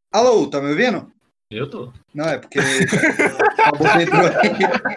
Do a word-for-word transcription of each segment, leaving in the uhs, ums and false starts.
Alô, tá me ouvindo? Eu tô. Não, é porque a boca entrou aí.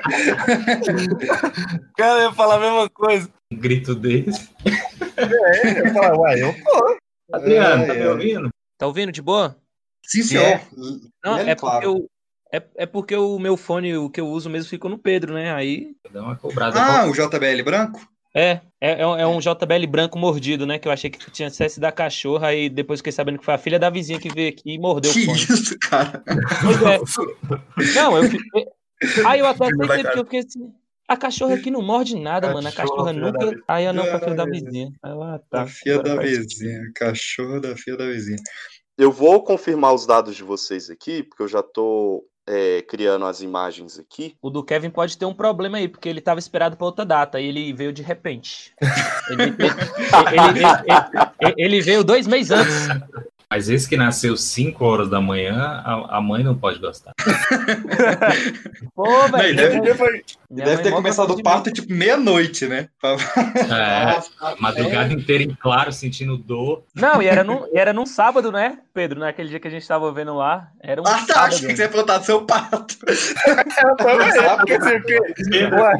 Cara, eu ia falar a mesma coisa. Um grito desse. É, eu ia falar, uai, eu tô. Adriano, tá Ai, me ai. ouvindo? Tá ouvindo de boa? Sim, senhor. É. Não, Leve é porque, claro. eu, é, é porque o meu fone, o que eu uso mesmo, ficou no Pedro, né? Aí. Vou dar uma cobrada. Ah, o J B L branco? É, é, é um- é um J B L branco mordido, né? Que eu achei que tinha excesso da cachorra, aí depois fiquei sabendo que foi a filha da vizinha que veio aqui e mordeu Que o fone. isso, cara? Pois é. Não, eu fiquei. Aí eu até Filha da aceitei, porque eu fiquei assim. A cachorra aqui não morde nada, mano. A Cachorra, cachorra filha da nunca. vizinha. Aí eu não, foi a filha da Ai, vizinha. Aí eu, ah, A tá. filha Agora da faz vizinha. Cachorro da filha da vizinha. Eu vou confirmar os dados de vocês aqui, porque eu já tô é, criando as imagens aqui. O do Kevin pode ter um problema aí, porque ele estava esperado para outra data e ele veio de repente. Ele, ele- ele- ele- ele- ele veio dois meses antes. Mas esse que nasceu cinco horas da manhã, a, a mãe não pode gostar. Pô, Não, velho. ele deve, minha ele minha deve mãe ter mó começado gostou o de parto tipo meia-noite, né? É, a madrugada inteira em claro, sentindo dor. mim. Não, e era, num, e era num sábado, né, Pedro? Naquele dia que a gente tava vendo lá. Era um Ah, tá. sábado. Acho que você ia perguntar do seu parto. Eu também, quer dizer o quê? Ué,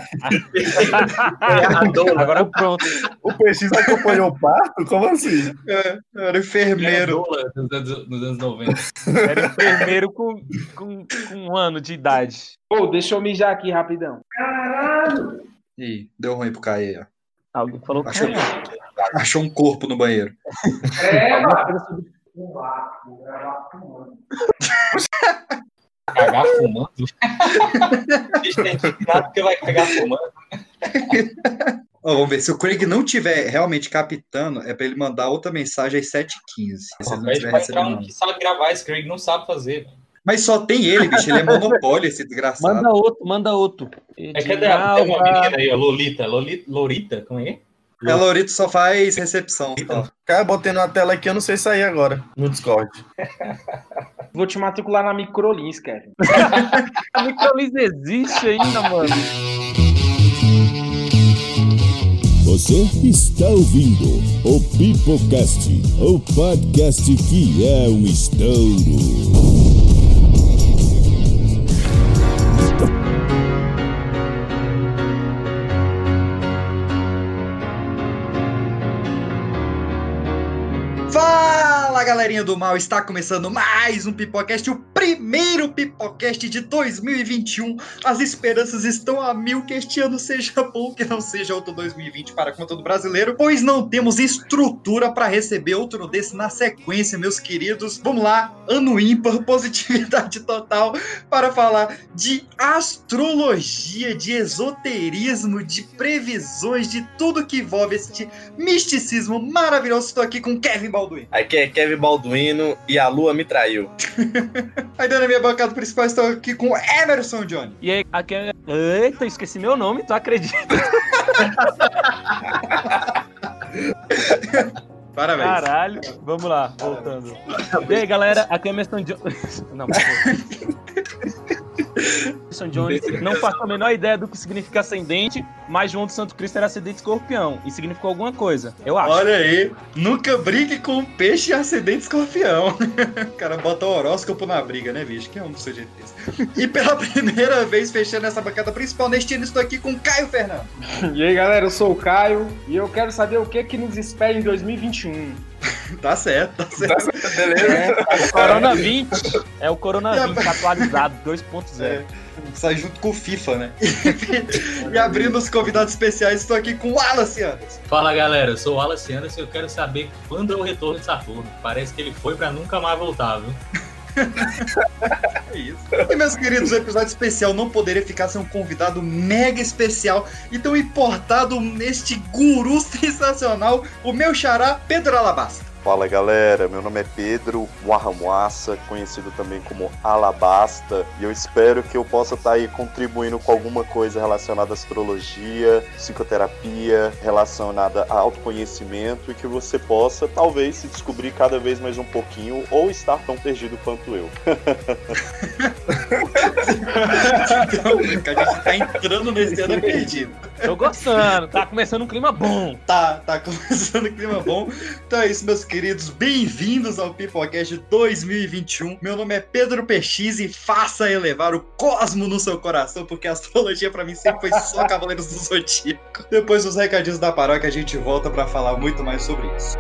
A dor, Agora pronto. o P X acompanhou o parto? Como assim? É, Era era enfermeiro. dor nos anos, nos anos noventa. Era enfermeiro com, com, com um ano de idade. Pô, deixa eu mijar aqui rapidão. Ih, deu ruim pro Caio aí, ó. Alguém falou que Achou, não. achou um corpo no banheiro. Cagar fumando. Bicho, tem que cuidar porque vai cagar fumando. Ó, vamos ver. Se o Craig não tiver realmente captando, é pra ele mandar outra mensagem às sete e quinze. Se ele não Vai tiver entrar recebendo. um nada. que sabe gravar, esse Craig não sabe fazer. velho. Mas só tem ele, bicho. Ele é monopólio, esse desgraçado. Manda outro, manda outro. É que tem uma menina aí, ó, Lolita. Lolita, Lorita, como é? É, Lorito só faz recepção. Só. Cara, botei na tela aqui, eu não sei sair agora, no Discord. Vou te matricular na Microlins, Kevin. A Microlins existe ainda, mano. Você está ouvindo o Pipocast, o podcast que é um estouro. Fala, galerinha do mal, está começando mais um Pipocast, o primeiro Pipocast de dois mil e vinte e um. As esperanças estão a mil que este ano seja bom, que não seja outro dois mil e vinte para conta do brasileiro, pois não temos estrutura para receber outro desse na sequência, meus queridos. Vamos lá, ano ímpar, positividade total, para falar de astrologia, de esoterismo, de previsões, de tudo que envolve este misticismo maravilhoso. Estou aqui com Kevin Balduino. Aqui é Kevin Balduino e a lua me traiu. Ainda na minha bancada principal estou aqui com Emerson Johnny. E aí, aqui é... Eita, esqueci meu nome, tu acredita? Parabéns. Caralho. Vamos lá, voltando. E aí, galera, aqui é Emerson Jones. Não, por favor. Emerson Jones não faço a menor ideia do que significa ascendente, mas João do Santo Cristo era ascendente escorpião e significou alguma coisa, eu acho. Olha aí, nunca brigue com um peixe ascendente escorpião. O cara bota o horóscopo na briga, né, bicho? Que é um dos sujeitos desse. E pela primeira vez, fechando essa bancada principal, neste ano estou aqui com Caio Fernando. E aí, galera, eu sou o Caio e eu quero saber o que que nos espera em dois mil e vinte e um. Tá certo, tá certo. Beleza? O Corona vinte é o Corona vinte atualizado dois ponto zero. É, sai junto com o FIFA, né? E abrindo os convidados especiais, estou aqui com o Wallace Anderson. Fala, galera, eu sou o Wallace Anderson e eu quero saber quando é o retorno de Saturno. Parece que ele foi pra nunca mais voltar, viu? É isso. E, meus queridos, o episódio especial não poderia ficar sem um convidado mega especial e tão importado neste guru sensacional, o meu xará Pedro Alabasta. Fala, galera, meu nome é Pedro Muarramuaça, conhecido também como Alabasta, e eu espero que eu possa estar aí contribuindo com alguma coisa relacionada à astrologia, psicoterapia, relacionada a autoconhecimento, e que você possa, talvez, se descobrir cada vez mais um pouquinho, ou estar tão perdido quanto eu. Então, a gente tá entrando nesse ano perdido. Tô gostando, tá começando um clima bom. Tá, tá começando um clima bom. Então é isso, meus queridos. Bem-vindos ao Pipocast dois mil e vinte e um. Meu nome é Pedro P X e faça elevar o cosmo no seu coração, porque a astrologia pra mim sempre foi só Cavaleiros do Zodíaco. Depois dos recadinhos da paróquia, a gente volta pra falar muito mais sobre isso.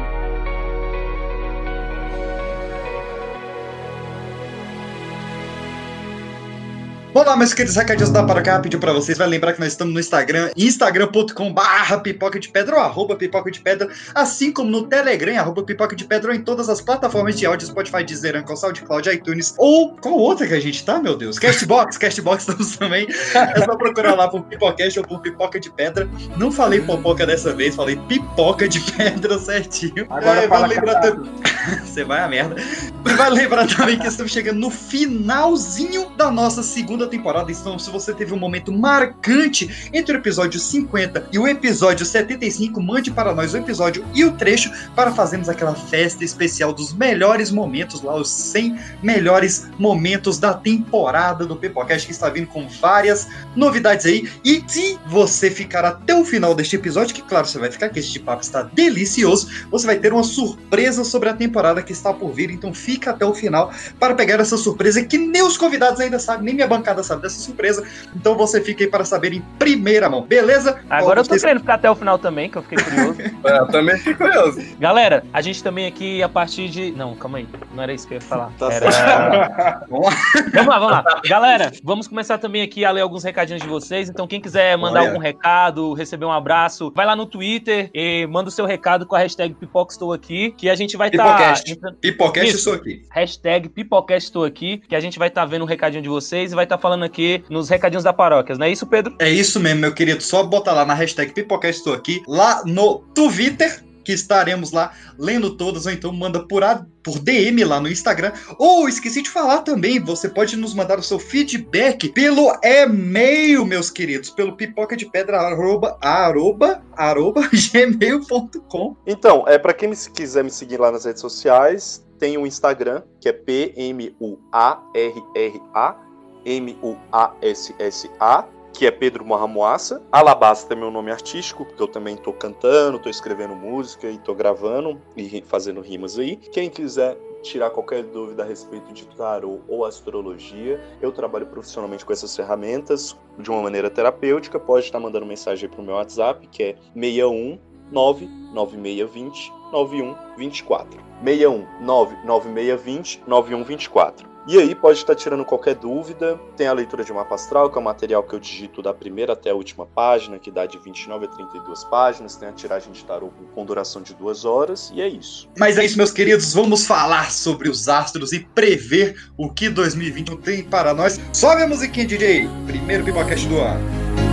Olá, meus queridos recadinhos da paróquia, rapidinho pra vocês. Vai lembrar que nós estamos no Instagram, instagram ponto com barra pipoca de pedra ou arroba pipoca de pedra, assim como no Telegram, arroba pipoca de pedra, ou em todas as plataformas de áudio, Spotify, Deezer, Anchor, SoundCloud, iTunes, ou qual outra que a gente tá, meu Deus? Castbox, Castbox estamos também. É só procurar lá por Pipocast ou por Pipoca de Pedra. Não falei popoca dessa vez, falei pipoca de pedra certinho. Agora é, fala vai lembrar também. Você vai a merda. E vai lembrar também que estamos chegando no finalzinho da nossa segunda temporada. Então, se você teve um momento marcante entre o episódio cinquenta e o episódio setenta e cinco, mande para nós o episódio e o trecho para fazermos aquela festa especial dos melhores momentos lá, os cem melhores momentos da temporada do Pipocast, que está vindo com várias novidades aí. E se você ficar até o final deste episódio, que claro, você vai ficar, que este papo está delicioso, você vai ter uma surpresa sobre a temporada que está por vir. Então fica até o final para pegar essa surpresa que nem os convidados ainda sabem, nem minha bancada sabe dessa surpresa. Então você fica aí para saber em primeira mão, beleza? Agora eu tô querendo ficar até o final também, que eu fiquei curioso. É, eu também fiquei curioso. Galera, a gente também aqui a partir de... Não, calma aí, não era isso que eu ia falar. Tá Era... vamos lá, vamos lá. Galera, vamos começar também aqui a ler alguns recadinhos de vocês. Então quem quiser mandar Olha. algum recado, receber um abraço, vai lá no Twitter e manda o seu recado com a hashtag Pipoca Estou Aqui, que a gente vai estar... Pipocast. Tá... Pipocast, Isso. eu sou aqui. Hashtag Pipocast Estou Aqui, que a gente vai estar vendo um recadinho de vocês e vai estar falando aqui nos recadinhos da paróquia, não é isso, Pedro? É isso mesmo, meu querido. Só botar lá na hashtag Pipocast estou aqui, lá no Twitter, que estaremos lá lendo todas, ou então manda por, a, por D M lá no Instagram. Ou, esqueci de falar também, você pode nos mandar o seu feedback pelo e-mail, meus queridos, pelo pipoca de pedra arroba, arroba, arroba gmail ponto com. Então, é para quem me, quiser me seguir lá nas redes sociais, tem o Instagram, que é P M U A R R A M U A S S A, que é Pedro Marramoaça. Alabasta é meu nome artístico, porque eu também tô cantando, tô escrevendo música e tô gravando e fazendo rimas aí. Quem quiser tirar qualquer dúvida a respeito de tarô ou astrologia, eu trabalho profissionalmente com essas ferramentas de uma maneira terapêutica. Pode estar mandando mensagem aí pro meu WhatsApp, que é seis um nove nove seis dois zero nove um dois quatro. seis um nove nove seis dois zero nove um dois quatro. E aí pode estar tirando qualquer dúvida. Tem a leitura de mapa astral, que é o material que eu digito da primeira até a última página, que dá de vinte e nove a trinta e duas páginas. Tem a tiragem de tarô com duração de duas horas, e é isso. Mas é isso, meus queridos, vamos falar sobre os astros e prever o que dois mil e vinte e um tem para nós. Sobe a musiquinha, D J! Primeiro Pipocast do ano.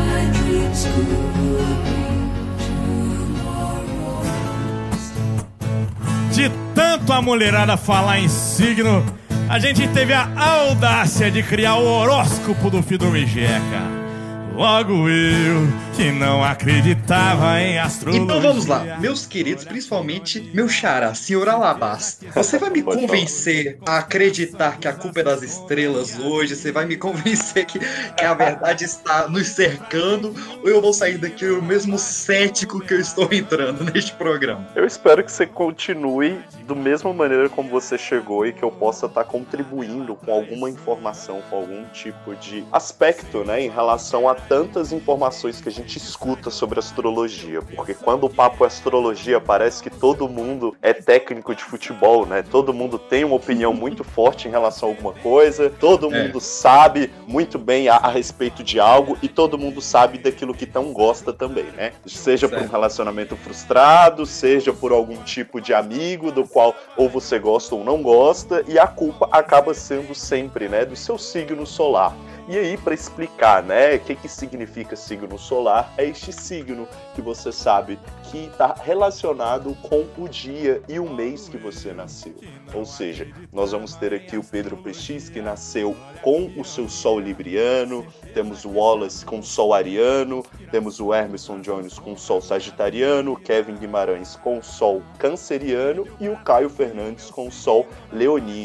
De tanto a mulherada falar em signo, a gente teve a audácia de criar o horóscopo do Fido Mijeca. Logo eu, que não acreditava em astrologia. Então vamos lá, meus queridos, principalmente meu xará, senhor Alabasta. Você vai me convencer a acreditar que a culpa é das estrelas hoje? Você vai me convencer que, que a verdade está nos cercando? Ou eu vou sair daqui o mesmo cético que eu estou entrando neste programa? Eu espero que você continue da mesma maneira como você chegou e que eu possa estar contribuindo com alguma informação, com algum tipo de aspecto, né, em relação a tantas informações que a gente escuta sobre astrologia, porque quando o papo é astrologia, parece que todo mundo é técnico de futebol, né? Todo mundo tem uma opinião muito forte em relação a alguma coisa, todo É. mundo sabe muito bem a, a respeito de algo e todo mundo sabe daquilo que não gosta também, né? Seja por um Certo. relacionamento frustrado, seja por algum tipo de amigo do qual ou você gosta ou não gosta, e a culpa acaba sendo sempre, né, do seu signo solar. E aí, para explicar, né, o que, que significa signo solar, é este signo que você sabe que está relacionado com o dia e o mês que você nasceu. Ou seja, nós vamos ter aqui o Pedro P X, que nasceu com o seu sol libriano, temos o Wallace com o sol ariano, temos o Emerson Jones com o sol sagitariano, o Kevin Guimarães com o sol canceriano e o Caio Fernandes com o sol leonino.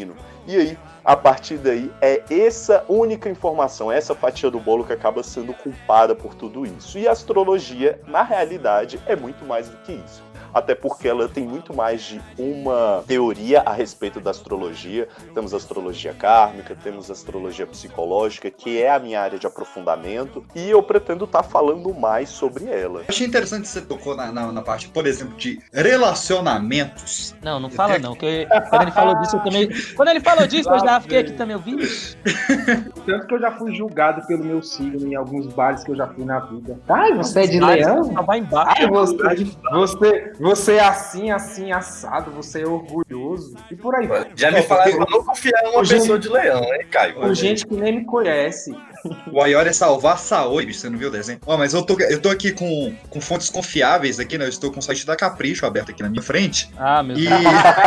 E aí, a partir daí, é essa única informação, essa fatia do bolo que acaba sendo culpada por tudo isso. E a astrologia, na realidade, é muito mais do que isso. Até porque ela tem muito mais de uma teoria a respeito da astrologia. Temos a astrologia kármica, temos a astrologia psicológica, que é a minha área de aprofundamento, e eu pretendo estar falando mais sobre ela. Eu achei interessante que você tocou na, na, na parte, por exemplo, de relacionamentos. Não, não fala não, que quando ele falou disso, eu também... Quando ele falou disso, eu já fiquei aqui também ouvindo. Tanto que eu já fui julgado pelo meu signo em alguns bares que eu já fui na vida. Ai, você é de leão? Vai embaixo. Ai, você, você, você é assim, assim, assado, você é orgulhoso. E por aí vai. Já me falaram pra não confiar em uma pessoa de leão, hein, Caio? Com gente que nem me conhece. O Aior é salvar Saori, bicho, você não viu o desenho? Ó, mas eu tô, eu tô aqui com, com fontes confiáveis aqui, né? Eu estou com o site da Capricho aberto aqui na minha frente. Ah, meu E, Deus.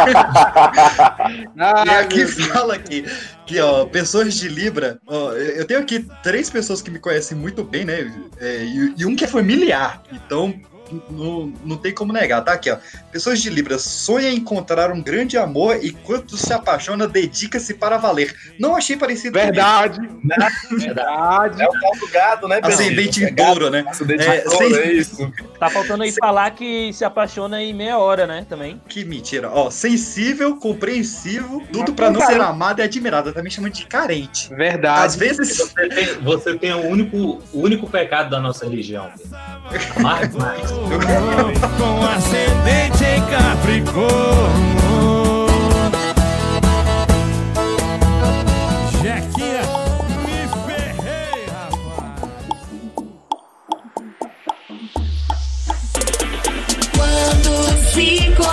e aqui fala aqui que, ó, pessoas de Libra, ó, eu tenho aqui três pessoas que me conhecem muito bem, né? É, e, e um que é familiar. Então, Não, não tem como negar, tá aqui, ó. Pessoas de Libra sonham em encontrar um grande amor e quando se apaixona, dedica-se para valer. Não achei parecido Verdade. comigo. Verdade. É o tal do gado, né, Pedro? Ascendente em touro, né? Ascendente É, em touro, sem- é isso. Tá faltando aí falar que se apaixona em meia hora, né, também. Que mentira. Ó, sensível, compreensivo, tudo pra não ser amado e admirado. Tá me chamando de carente. Verdade. Às vezes... Você tem, você tem o único, o único pecado da nossa religião. Amar demais. Com ascendente em Capricórnio. Jequinha, me ferrei, rapaz. Quando se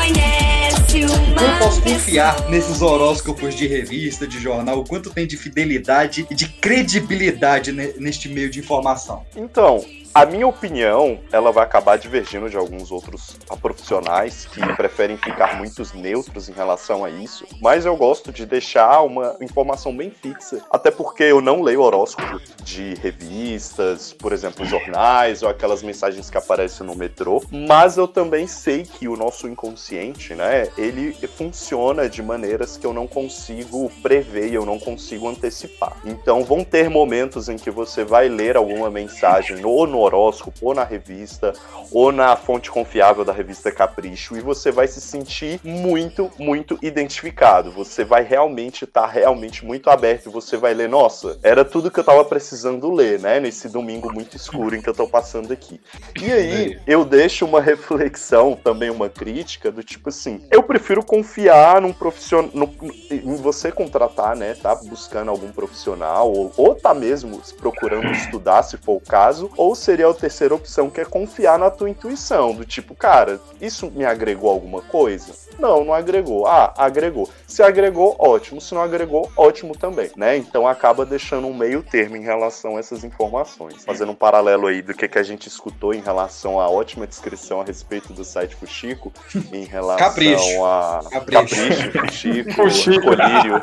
conhece uma Eu posso pessoa- confiar nesses horóscopos de revista, de jornal, o quanto tem de fidelidade e de credibilidade ne- neste meio de informação. Então, a minha opinião, ela vai acabar divergindo de alguns outros profissionais que preferem ficar muito neutros em relação a isso, mas eu gosto de deixar uma informação bem fixa, até porque eu não leio horóscopo de revistas, por exemplo, jornais ou aquelas mensagens que aparecem no metrô, mas eu também sei que o nosso inconsciente, né, ele funciona de maneiras que eu não consigo prever, eu não consigo antecipar. Então vão ter momentos em que você vai ler alguma mensagem ou no horóscopo, ou na revista, ou na fonte confiável da revista Capricho, e você vai se sentir muito, muito identificado. Você vai realmente estar realmente muito aberto, e você vai ler, nossa, era tudo que eu tava precisando ler, né, nesse domingo muito escuro em que eu tô passando aqui. E aí, eu deixo uma reflexão, também uma crítica, do tipo assim, eu prefiro confiar num profissional, no, em você contratar, né, tá buscando algum profissional, ou, ou tá mesmo procurando estudar, se for o caso, ou seria a terceira opção, que é confiar na tua intuição, do tipo, cara, isso me agregou alguma coisa? Não, não agregou. Ah, agregou. Se agregou, ótimo. Se não agregou, ótimo também, né? Então acaba deixando um meio termo em relação a essas informações. Fazendo um paralelo aí do que, que a gente escutou em relação à ótima descrição a respeito do site Fuxico, em relação Capricho. a... Capricho. Capricho, Fuxico, Colírio.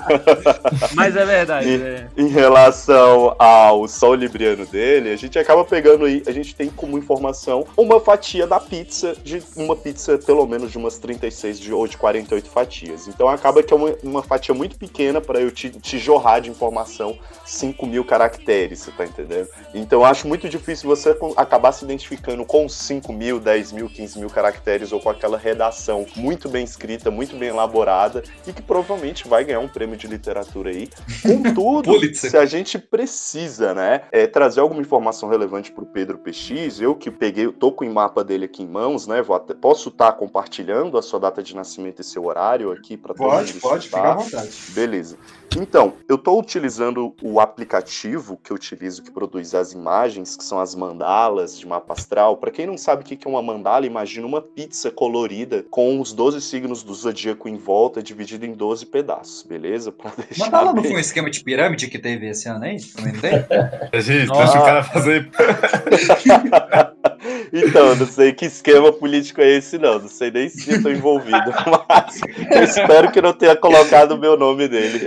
Mas é verdade. Em, é. em relação ao Sol Libriano dele, a gente acaba pegando aí, a gente tem como informação uma fatia da pizza, de uma pizza pelo menos de umas trinta e seis de, ou de quarenta e oito fatias. Então acaba que é uma, uma fatia muito pequena para eu te, te jorrar de informação cinco mil caracteres, você tá entendendo? Então eu acho muito difícil você acabar se identificando com cinco mil, dez mil, quinze mil caracteres ou com aquela redação muito bem escrita, muito bem elaborada e que provavelmente vai ganhar um prêmio de literatura aí. Contudo, se a gente precisa, né, é, trazer alguma informação relevante pro Pedro P X, eu que peguei, eu tô com o mapa dele aqui em mãos, né, vou até, posso estar tá compartilhando a sua data de nascimento e seu horário aqui para todo mundo. Pode, pode, fica à vontade. Beleza. Então, eu estou utilizando o aplicativo que eu utilizo que produz as imagens, que são as mandalas de mapa astral. Para quem não sabe o que é uma mandala, imagina uma pizza colorida com os doze signos do zodíaco em volta, dividido em doze pedaços, beleza? Pra deixar Mandala não bem... foi um esquema de pirâmide que teve esse ano aí? Também não tem? Gente, deixa o cara fazer... Então, eu não sei que esquema político é esse, não. Não sei nem se eu tô envolvido, mas eu espero que não tenha colocado o meu nome nele.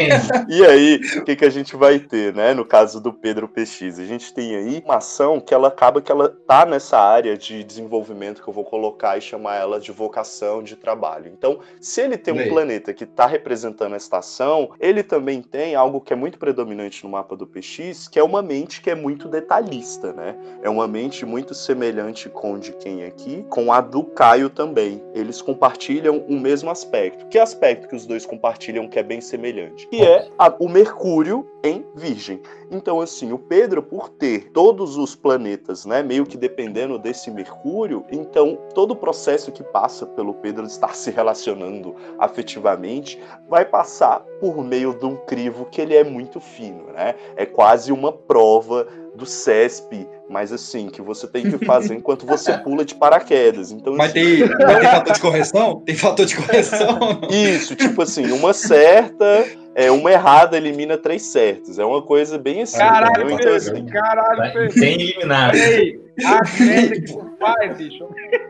E aí, o que, que a gente vai ter, né? No caso do Pedro P X, a gente tem aí uma ação que ela acaba que ela tá nessa área de desenvolvimento que eu vou colocar e chamar ela de vocação de trabalho. Então, se ele tem um Bem. planeta que está representando esta ação, ele também tem algo que é muito predominante no mapa do P X, que é uma mente que é muito detalhista, né? É uma mente muito semelhante com de quem aqui, com a do Caio também. Eles compartilham o mesmo aspecto. Que aspecto que os dois compartilham que é bem semelhante? Que é a, o Mercúrio em Virgem. Então, assim, o Pedro, por ter todos os planetas, né, meio que dependendo desse Mercúrio, então todo o processo que passa pelo Pedro estar se relacionando afetivamente vai passar por meio de um crivo que ele é muito fino, né? É quase uma prova do C E S P, mas assim, que você tem que fazer enquanto você pula de paraquedas. Então, Mas assim, tem, mas tem fator de correção? Tem fator de correção? isso, tipo assim, uma certa, é, uma errada elimina três certos. É uma coisa bem assim, Caralho, entendeu? Então, Pedro, assim, caralho, Pedro. Tem eliminado. Ei, a merda que tu faz, bicho.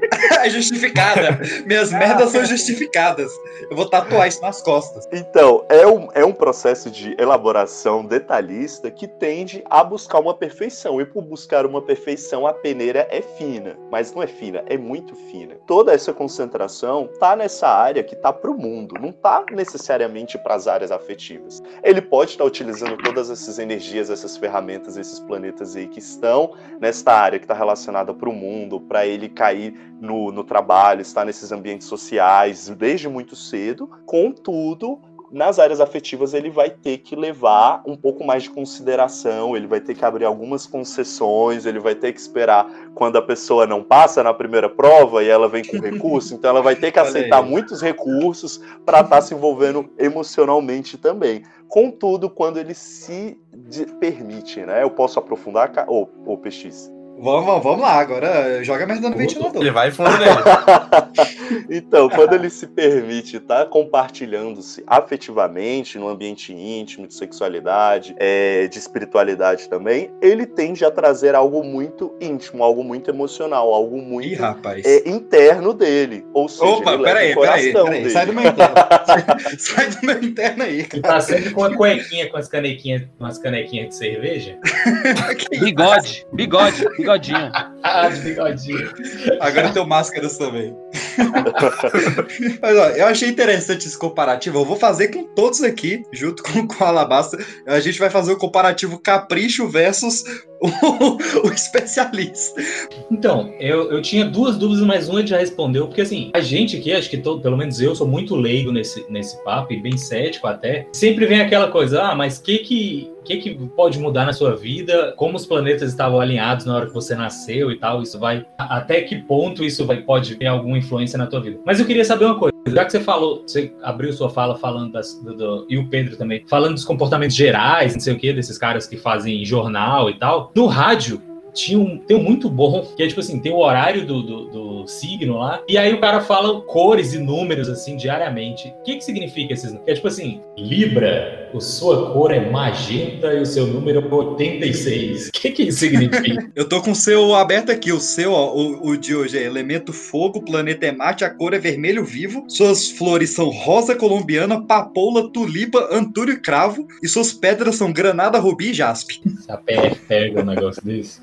É justificada. Minhas merdas são justificadas. Eu vou tatuar isso nas costas. Então, é um, é um processo de elaboração detalhista que tende a buscar uma perfeição. E por buscar uma perfeição, a peneira é fina. Mas não é fina, é muito fina. Toda essa concentração tá nessa área que tá pro mundo, não tá necessariamente para as áreas afetivas. Ele pode estar utilizando todas essas energias, essas ferramentas, esses planetas aí que estão nesta área que está relacionada pro mundo, para ele cair no, no trabalho, estar nesses ambientes sociais desde muito cedo. Contudo, nas áreas afetivas ele vai ter que levar um pouco mais de consideração, ele vai ter que abrir algumas concessões, ele vai ter que esperar quando a pessoa não passa na primeira prova e ela vem com recurso, então ela vai ter que Olha aceitar aí. muitos recursos para estar se envolvendo emocionalmente também. Contudo, quando ele se de- permite, né? Eu posso aprofundar, Ca- ô, ô P X? Vamos, vamos lá, agora joga merda no ventilador. Ele vai fundo dele. Então, quando ele se permite estar compartilhando-se afetivamente no ambiente íntimo, de sexualidade, é, de espiritualidade também, ele tende a trazer algo muito íntimo, algo muito emocional, algo Ih, muito rapaz. é, interno dele. Ou seja, Opa, ele leva peraí, o peraí, coração peraí. dele. Sai do meu interno. Sai do meu interno aí. Ele tá sempre com uma cuequinha com as canequinhas, com as canequinhas de cerveja. Bigode, bigode, bigodinho. Ah, de bigodinho. Agora eu tenho máscaras também. Mas ó, eu achei interessante esse comparativo. Eu vou fazer com todos aqui, junto com, com a Alabasta. A gente vai fazer o comparativo capricho versus o, o especialista. Então, eu, eu tinha duas dúvidas, mas uma já respondeu, porque assim, a gente aqui, acho que todo, pelo menos eu, sou muito leigo nesse, nesse papo, e bem cético até, sempre vem aquela coisa, ah, mas o que que, que que pode mudar na sua vida, como os planetas estavam alinhados na hora que você nasceu e tal, isso vai, até que ponto isso vai, pode ter alguma influência na tua vida. Mas eu queria saber uma coisa, já que você falou, você abriu sua fala falando das, do, do, e o Pedro também, falando dos comportamentos gerais, não sei o que, desses caras que fazem jornal e tal, no rádio, tinha um, tem um muito bom, que é tipo assim, tem o horário do, do, do signo lá, e aí o cara fala cores e números, assim, diariamente. O que que significa esses números? É tipo assim, Libra, a sua cor é magenta e o seu número é oitenta e seis. O que que isso significa? Eu tô com o seu aberto aqui. O seu, ó, o, o de hoje é elemento fogo, o planeta é Marte, a cor é vermelho vivo, suas flores são rosa colombiana, papoula, tulipa, antúrio e cravo, e suas pedras são granada, rubi e jaspe. A P F pega um negócio desse.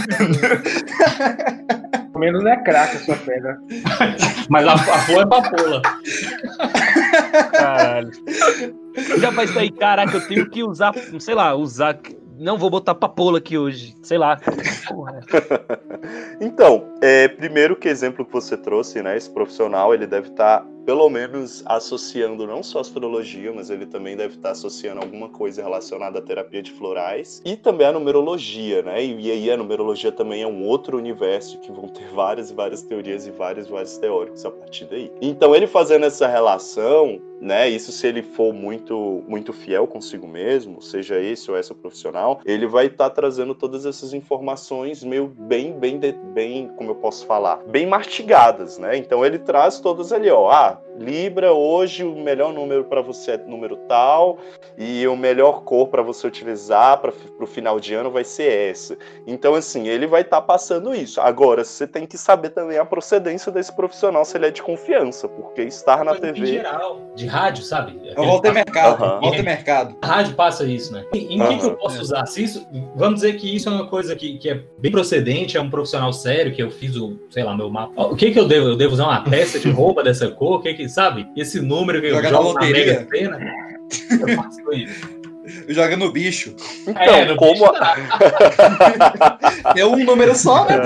Pelo menos não é crack a sua pedra. Mas a, a flor é papoula. Caralho. Já vai sair, caraca, eu tenho que usar, sei lá, usar. Não vou botar papoula aqui hoje, sei lá. Porra. Então, é, primeiro que exemplo que você trouxe, né, esse profissional, ele deve estar, pelo menos, associando não só a astrologia, mas ele também deve estar associando alguma coisa relacionada à terapia de florais e também a numerologia, né, e, e aí a numerologia também é um outro universo que vão ter várias e várias teorias e vários vários teóricos a partir daí. Então, ele fazendo essa relação, né, isso se ele for muito, muito fiel consigo mesmo, seja esse ou essa profissional, ele vai estar trazendo todas essas informações meio bem, bem, bem, como eu posso falar, bem mastigadas, né, então ele traz todas ali, ó, ah, Libra, hoje o melhor número para você é número tal, e o melhor cor para você utilizar para o final de ano vai ser essa. Então, assim, ele vai estar tá passando isso. Agora, você tem que saber também a procedência desse profissional, se ele é de confiança, porque estar na T V... Em geral, de rádio, sabe? É o Walter Mercado. Uhum. Walter Mercado. A rádio passa isso, né? Em, em Uhum. que, que eu posso usar? Se isso, vamos dizer que isso é uma coisa que, que é bem procedente, é um profissional sério, que eu fiz o, sei lá, meu mapa. O que que eu devo? Eu devo usar uma peça de roupa dessa cor? O que que, sabe? Esse número que eu Joga jogo na na loteria. Mega Sena? Eu faço isso. Joga no bicho. Então, É, no como... bicho dá. É um número só, né?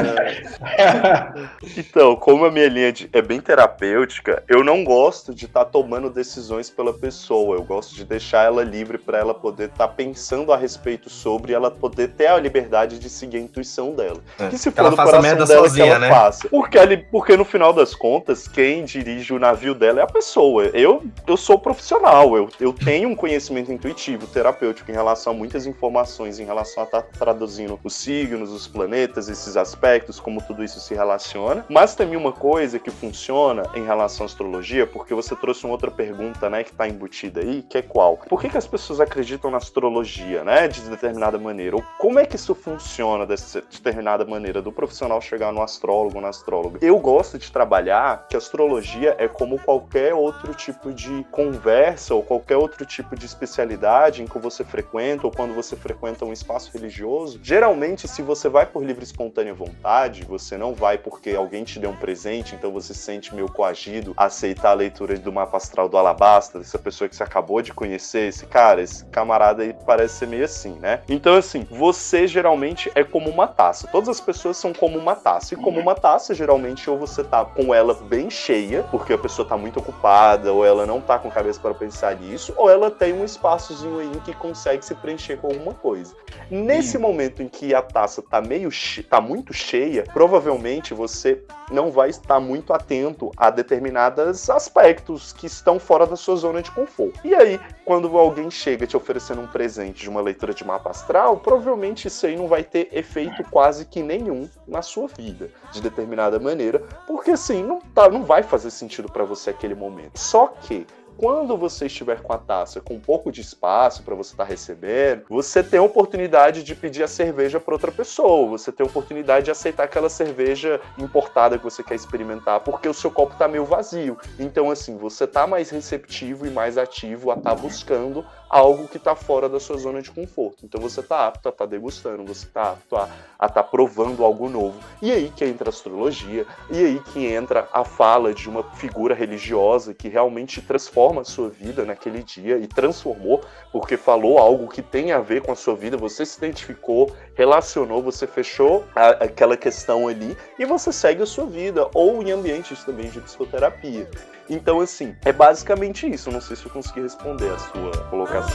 Então, como a minha linha de- é bem terapêutica, eu não gosto de estar tomando decisões pela pessoa. Eu gosto de deixar ela livre para ela poder estar pensando a respeito sobre, ela poder ter a liberdade de seguir a intuição dela. É, Que se que for ela no faça coração merda dela, sozinha, que ela né? faça. Porque, ali, porque no final das contas, quem dirige o navio dela é a pessoa. Eu, eu sou profissional, eu, eu tenho um conhecimento intuitivo, terapêutico, em relação a muitas informações, em relação a estar traduzindo os signos, os planetas, esses aspectos, como tudo isso se relaciona. Mas também uma coisa que funciona em relação à astrologia, porque você trouxe uma outra pergunta, né, que está embutida aí, que é qual? Por que que as pessoas acreditam na astrologia, né, de determinada maneira? Ou como é que isso funciona dessa determinada maneira, do profissional chegar no astrólogo, na astróloga? Eu gosto de trabalhar que a astrologia é como qualquer outro tipo de conversa ou qualquer outro tipo de especialidade em que você frequenta ou quando você frequenta um espaço religioso. Geralmente, se você vai por livre e espontânea vontade, você não vai porque alguém te deu um presente, então você se sente meio coagido a aceitar a leitura do mapa astral do Alabasta, dessa pessoa que você acabou de conhecer, esse cara, esse camarada aí parece ser meio assim, né? Então, assim, você geralmente é como uma taça. Todas as pessoas são como uma taça. E como uma taça, geralmente, ou você tá com ela bem cheia, porque a pessoa tá muito ocupada, ou ela não tá com cabeça para pensar nisso, ou ela tem um espaçozinho aí que consegue se preencher com alguma coisa. Nesse momento em que a taça tá meio che- tá muito cheia, provavelmente você não vai estar muito atento a determinados aspectos que estão fora da sua zona de conforto. E aí, quando alguém chega te oferecendo um presente de uma leitura de mapa astral, provavelmente isso aí não vai ter efeito quase que nenhum na sua vida, de determinada maneira, porque assim, não, tá, não vai fazer sentido para você aquele momento. Só que quando você estiver com a taça com um pouco de espaço para você estar recebendo, você tem a oportunidade de pedir a cerveja para outra pessoa, você tem a oportunidade de aceitar aquela cerveja importada que você quer experimentar, porque o seu copo está meio vazio. Então, assim, você está mais receptivo e mais ativo a estar buscando algo que está fora da sua zona de conforto. Então você está apto a estar degustando, você está apto a estar provando algo novo. E aí que entra a astrologia, e aí que entra a fala de uma figura religiosa que realmente transforma a sua vida naquele dia, e transformou, porque falou algo que tem a ver com a sua vida, você se identificou, relacionou, você fechou a, aquela questão ali, e você segue a sua vida, ou em ambientes também de psicoterapia. Então, assim, é basicamente isso. Eu não sei se eu consegui responder a sua colocação.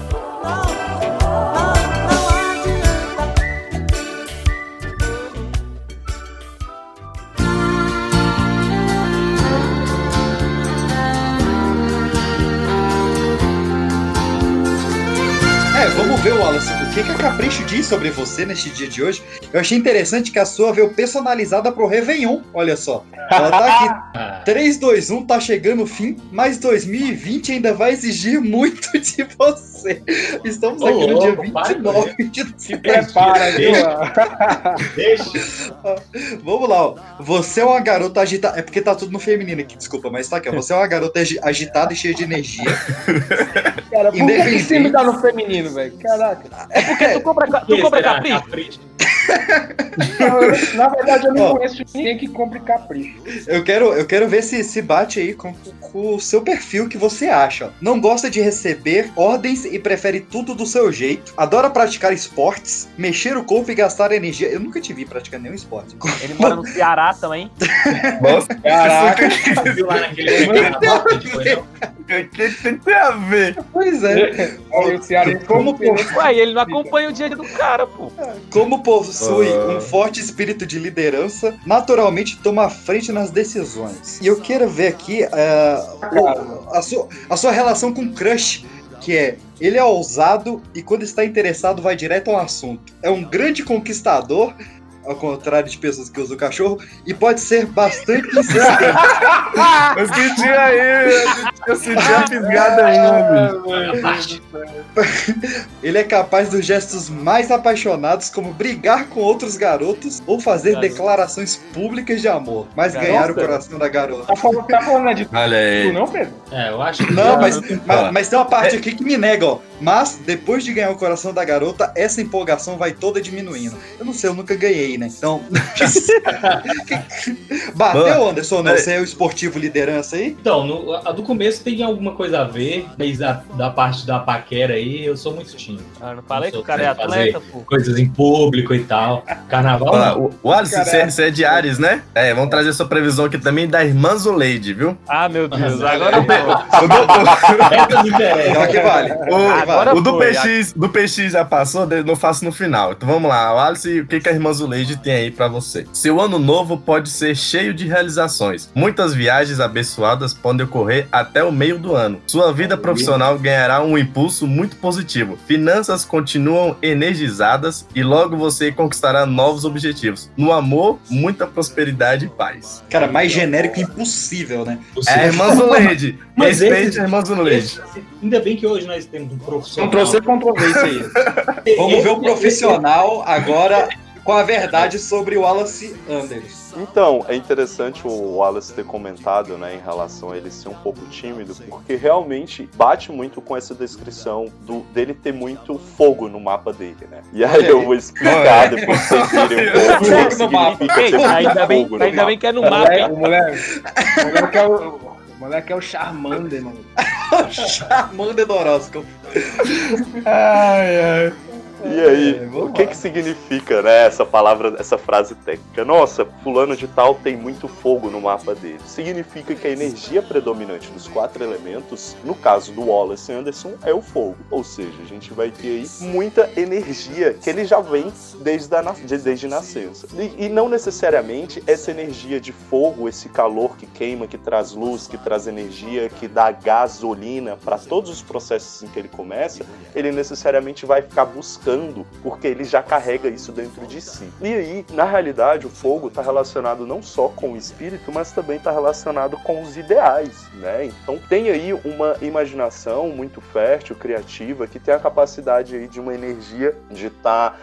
É, vamos ver, Wallace, o que, que a Capricho diz sobre você neste dia de hoje. Eu achei interessante que a sua veio personalizada pro Réveillon, olha só. Ela tá aqui, três, dois, um, tá chegando o fim, mas dois mil e vinte ainda vai exigir muito de você. Estamos Ô, aqui no louco, dia vinte e nove para, de Se prepara, viu? Deixa. Vamos lá, ó. Você é uma garota agitada. É porque tá tudo no feminino aqui, desculpa, mas tá aqui, ó. Você é uma garota agi- agitada e cheia de energia. Cara, por que que Independente. você me dá no feminino, velho? Caraca. É porque tu compra, ca- tu compra Será? capricho? Na verdade, eu não Ó. conheço ninguém que compre capricho. Eu quero, eu quero ver se se bate aí com, com o seu perfil que você acha. Ó. Não gosta de receber ordens e prefere tudo do seu jeito. Adora praticar esportes, mexer o corpo e gastar energia. Eu nunca te vi praticando nenhum esporte. Ele mora no Ceará também. Nossa, Caraca. Viu lá naquele carnaval que foi, não? o que que tem a ver? Pois é. Olha, o cearense Como, po- Ué, ele não acompanha o dia do cara, pô. como possui Ah. um forte espírito de liderança, naturalmente toma a frente nas decisões. E eu quero ver aqui é, o- a, sua, a sua relação com o crush, que é, ele é ousado e quando está interessado vai direto ao assunto. É um grande conquistador, ao contrário de pessoas que usam o cachorro, e pode ser bastante insistente. Eu senti aí, eu senti a fisgada aí, bicho. Ele é capaz dos gestos mais apaixonados, como brigar com outros garotos ou fazer declarações públicas de amor, mas Nossa. ganhar o coração da garota. Tá falando, tá falando de Olha aí. tu, não, Pedro? É, eu acho que. Não, mas, Fala. mas, mas tem uma parte aqui que me nega, ó. Mas, depois de ganhar o coração da garota, essa empolgação vai toda diminuindo. Eu não sei, eu nunca ganhei, né? Então. Bateu, Anderson, não? Você é o esportivo liderança aí? Então, no, a do começo tem alguma coisa a ver, mas a, da parte da paquera aí, eu sou muito tímido. Ah, não falei que Sou o cara é fazer atleta, pô. Coisas em público e tal. Carnaval. Ó, não. o, o Alisson, Caralho. você é de Ares, né? É, vamos trazer sua previsão aqui também da irmã Zuleide, viu? Ah, meu Deus, Ah, agora eu vou. O do, Essa me interessa. Então que vale. o- Que vale. Agora o do foi, P X, do P X já passou, de- não faço no final. Então vamos lá, o Alisson, o que, que a irmã Zuleide tem aí pra você? Seu ano novo pode ser cheio de realizações. Muitas viagens abençoadas podem ocorrer até o meio do ano. Sua vida profissional ganhará um impulso muito positivo. Finanças continuam energizadas e logo você conquistará novos objetivos. No amor, muita prosperidade e paz. Cara, mais genérico impossível, né? É a irmã Zuleide. Mas Respeite esse- a irmã Zuleide. Esse- ainda bem que hoje nós temos um profissional. Ctrl-C, Ctrl-V isso aí. Vamos ver o profissional agora com a verdade sobre o Wallace Anderson. Então, é interessante o Wallace ter comentado, né, em relação a ele ser um pouco tímido, porque realmente bate muito com essa descrição do, dele ter muito fogo no mapa dele, né? E aí eu vou explicar depois que vocês virem um pouco o que Fogo no mapa. significa Ei, ter muito ainda bem, fogo no ainda mapa. bem que é no mapa, hein? O moleque, o moleque é o, o moleque é o Charmander, mano. Charmander do horóscopo. Ai, ai. E aí, É, vamos o que lá. que significa, né, essa palavra, essa frase técnica? Nossa, fulano de tal tem muito fogo no mapa dele. Significa que a energia predominante dos quatro elementos, no caso do Wallace Anderson, é o fogo. Ou seja, a gente vai ter aí muita energia que ele já vem desde, a, nas- de- desde nascença. E, e não necessariamente essa energia de fogo, esse calor que queima, que traz luz, que traz energia, que dá gasolina para todos os processos em que ele começa, ele necessariamente vai ficar buscando, porque ele já carrega isso dentro de si. E aí, na realidade, o fogo está relacionado não só com o espírito, mas também está relacionado com os ideais, né? Então tem aí uma imaginação muito fértil, criativa, que tem a capacidade aí de uma energia de estar...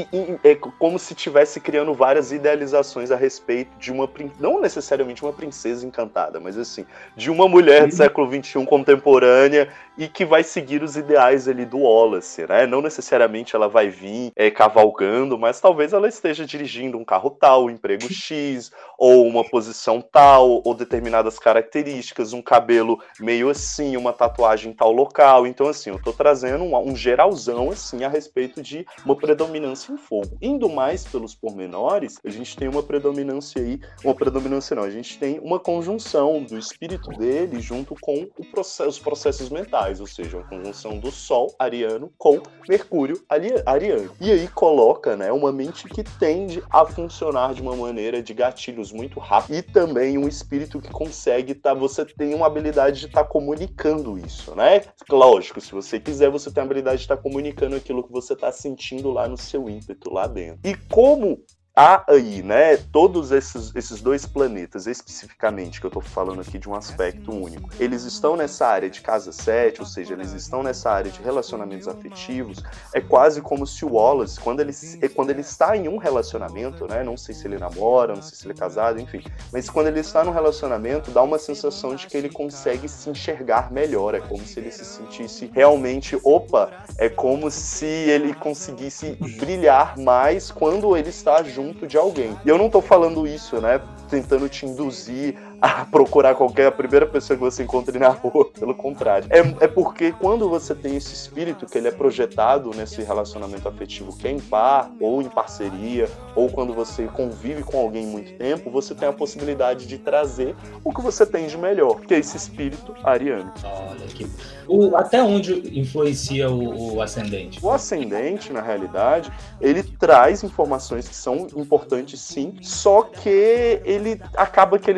é como se estivesse criando várias idealizações a respeito de uma... prin- não necessariamente uma princesa encantada, mas assim, de uma mulher do século vinte e um contemporânea e que vai seguir os ideais ali do Wallace, né? Não necessariamente ela vai vir é, cavalgando, mas talvez ela esteja dirigindo um carro tal, um emprego X, ou uma posição tal, ou determinadas características, um cabelo meio assim, uma tatuagem em tal local. Então, assim, eu tô trazendo um, um geralzão, assim, a respeito de uma predominância em fogo. Indo mais pelos pormenores, a gente tem uma predominância aí, uma predominância não, a gente tem uma conjunção do espírito dele junto com o processo, os processos mentais, ou seja, uma conjunção do Sol ariano com Mercúrio ali- ariano. E aí coloca, né, uma mente que tende a funcionar de uma maneira de gatilhos muito rápido e também um espírito que consegue tá, você tem uma habilidade de estar comunicando isso, né? Lógico, se você quiser, você tem a habilidade de estar comunicando aquilo que você está sentindo lá no seu ímpeto, lá dentro. E como há aí, né, todos esses, esses dois planetas, especificamente, que eu tô falando aqui de um aspecto único, eles estão nessa área de casa sete, ou seja, eles estão nessa área de relacionamentos afetivos, é quase como se o Wallace, quando ele, quando ele está em um relacionamento, né, não sei se ele namora, não sei se ele é casado, enfim, mas quando ele está num relacionamento, dá uma sensação de que ele consegue se enxergar melhor, é como se ele se sentisse realmente, opa, é como se ele conseguisse brilhar mais quando ele está junto de alguém. E eu não tô falando isso, né, tentando te induzir a procurar qualquer a primeira pessoa que você encontre na rua, pelo contrário. É, é porque quando você tem esse espírito que ele é projetado nesse relacionamento afetivo que é em par, ou em parceria, ou quando você convive com alguém muito tempo, você tem a possibilidade de trazer o que você tem de melhor, que é esse espírito ariano. Olha aqui. O, até onde influencia o, o ascendente? O ascendente, na realidade, ele traz informações que são importantes sim, só que ele acaba que ele tá tão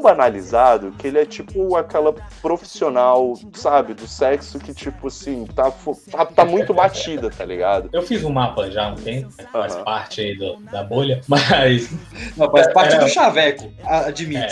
banalizado que ele é tipo aquela profissional, sabe, do sexo que, tipo assim, tá, tá, tá muito batida, tá ligado? Eu fiz um mapa já há um tempo, né? Faz uhum. parte aí do, da bolha, mas... Não, faz parte é, do chaveco, admite.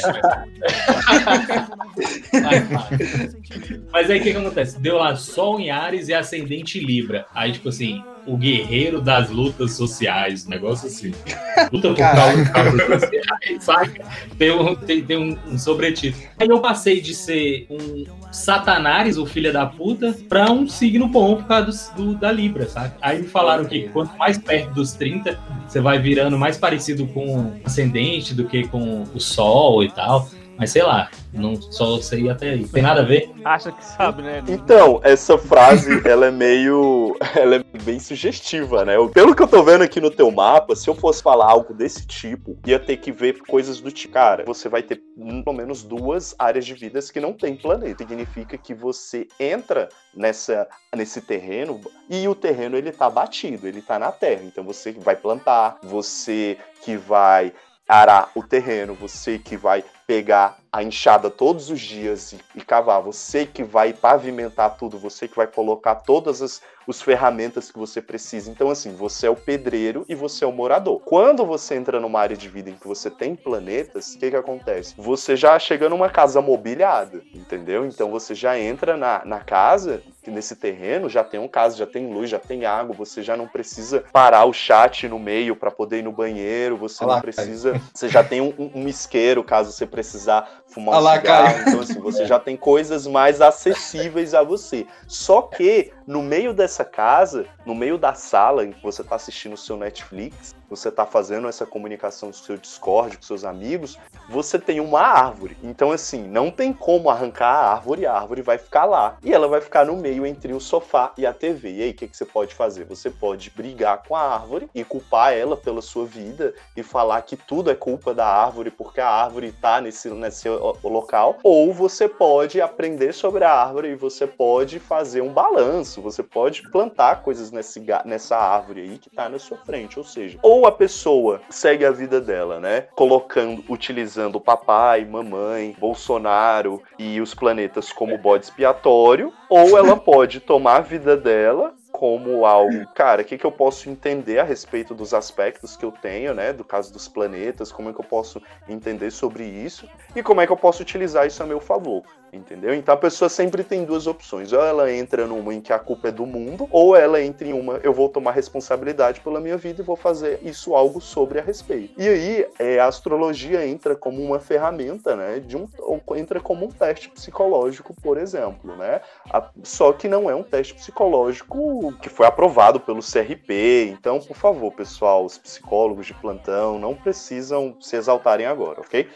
É, mas aí o que, que acontece? Deu lá Sol em Áries e Ascendente em Libra. Aí, tipo assim, o guerreiro das lutas sociais, um negócio assim. Luta por causas sociais, saca? Tem um, tem, tem um, um sobretítulo. Aí eu passei de ser um Satanás, o filho da puta, pra um signo bom por causa do, do, da Libra, saca? Aí me falaram que quanto mais perto dos trinta, você vai virando mais parecido com o ascendente do que com o Sol e tal. Mas sei lá, não só sei até aí. Tem nada a ver? Acha que sabe, né? Então, essa frase, ela é meio... Ela é bem sugestiva, né? Pelo que eu tô vendo aqui no teu mapa, se eu fosse falar algo desse tipo, ia ter que ver coisas do tipo... Cara, você vai ter pelo menos duas áreas de vidas que não tem planeta. Significa que você entra nessa, nesse terreno e o terreno, ele tá batido, ele tá na terra. Então você vai plantar, você que vai arar o terreno, você que vai pegar a enxada todos os dias e, e cavar, você que vai pavimentar tudo, você que vai colocar todas as, as ferramentas que você precisa. Então, assim, você é o pedreiro e você é o morador. Quando você entra numa área de vida em que você tem planetas, o que que acontece? Você já chega numa casa mobiliada, entendeu? Então você já entra na, na casa, nesse terreno, já tem um casa, já tem luz, já tem água, você já não precisa parar o chat no meio para poder ir no banheiro, você Olá, não precisa... Cara. Você já tem um, um isqueiro, caso você precisar fumar um Olá, cigarro. Cara. Então, assim, você já tem coisas mais acessíveis a você. Só que, no meio dessa casa, no meio da sala em que você está assistindo o seu Netflix, você está fazendo essa comunicação do seu Discord com seus amigos, você tem uma árvore. Então, assim, não tem como arrancar a árvore, a árvore vai ficar lá. E ela vai ficar no meio entre o sofá e a T V. E aí, o que, que você pode fazer? Você pode brigar com a árvore e culpar ela pela sua vida e falar que tudo é culpa da árvore porque a árvore está nesse, nesse local. Ou você pode aprender sobre a árvore e você pode fazer um balanço. Você pode plantar coisas nesse, nessa árvore aí que está na sua frente. Ou seja, ou a pessoa segue a vida dela, né? Colocando, utilizando o papai, mamãe, Bolsonaro e os planetas como bode expiatório, ou ela pode tomar a vida dela como algo, cara, o que, que eu posso entender a respeito dos aspectos que eu tenho, né, do caso dos planetas, como é que eu posso entender sobre isso e como é que eu posso utilizar isso a meu favor, entendeu? Então a pessoa sempre tem duas opções, ou ela entra numa em que a culpa é do mundo, ou ela entra em uma, eu vou tomar responsabilidade pela minha vida e vou fazer isso algo sobre a respeito. E aí, é, a astrologia entra como uma ferramenta, né, de um, ou entra como um teste psicológico, por exemplo, né, a, só que não é um teste psicológico que foi aprovado pelo C R P, então, por favor, pessoal, os psicólogos de plantão não precisam se exaltarem agora, ok?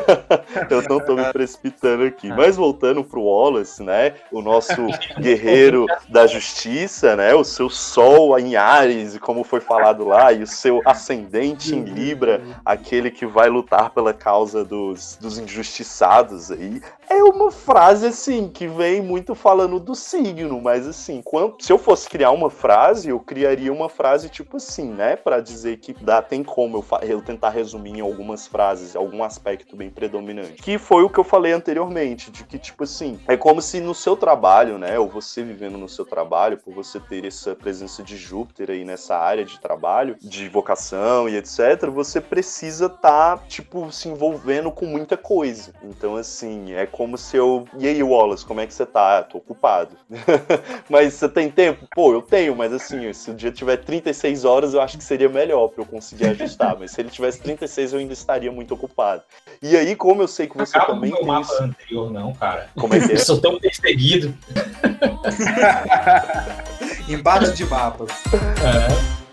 Eu não tô me precipitando aqui, mas voltando pro Wallace, né, o nosso guerreiro da justiça, né, o seu sol em Áries, como foi falado lá, e o seu ascendente em Libra, aquele que vai lutar pela causa dos, dos injustiçados aí, é uma frase, assim, que vem muito falando do signo, mas, assim, quando, se eu fosse criar uma frase, eu criaria uma frase tipo assim, né, pra dizer que dá, tem como eu, eu tentar resumir em algumas frases, algum aspecto bem predominante, que foi o que eu falei anteriormente, de que, tipo assim, é como se no seu trabalho, né, ou você vivendo no seu trabalho, por você ter essa presença de Júpiter aí nessa área de trabalho, de vocação e etcétera, você precisa estar, tá, tipo, se envolvendo com muita coisa. Então, assim, é como se eu... E aí, Wallace, como é que você tá? Ah, tô ocupado. Mas você tem tempo? Pô, eu tenho, mas assim, se o dia tiver trinta e seis horas, eu acho que seria melhor pra eu conseguir ajustar. Mas se ele tivesse trinta e seis, eu ainda estaria muito ocupado. E aí, como eu sei que você Acaba também tem isso... mapa anterior, não, cara. Como é que é? Eu sou tão perseguido. Embate de mapas. É.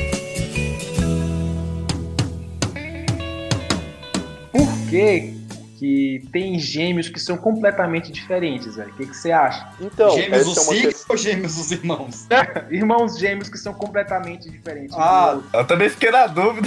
Por que que tem gêmeos que são completamente diferentes, velho. O que, que você acha? Então, Gêmeos essa os é uma signos questão. ou gêmeos os irmãos? Irmãos gêmeos que são completamente diferentes. Ah, Eu também fiquei na dúvida.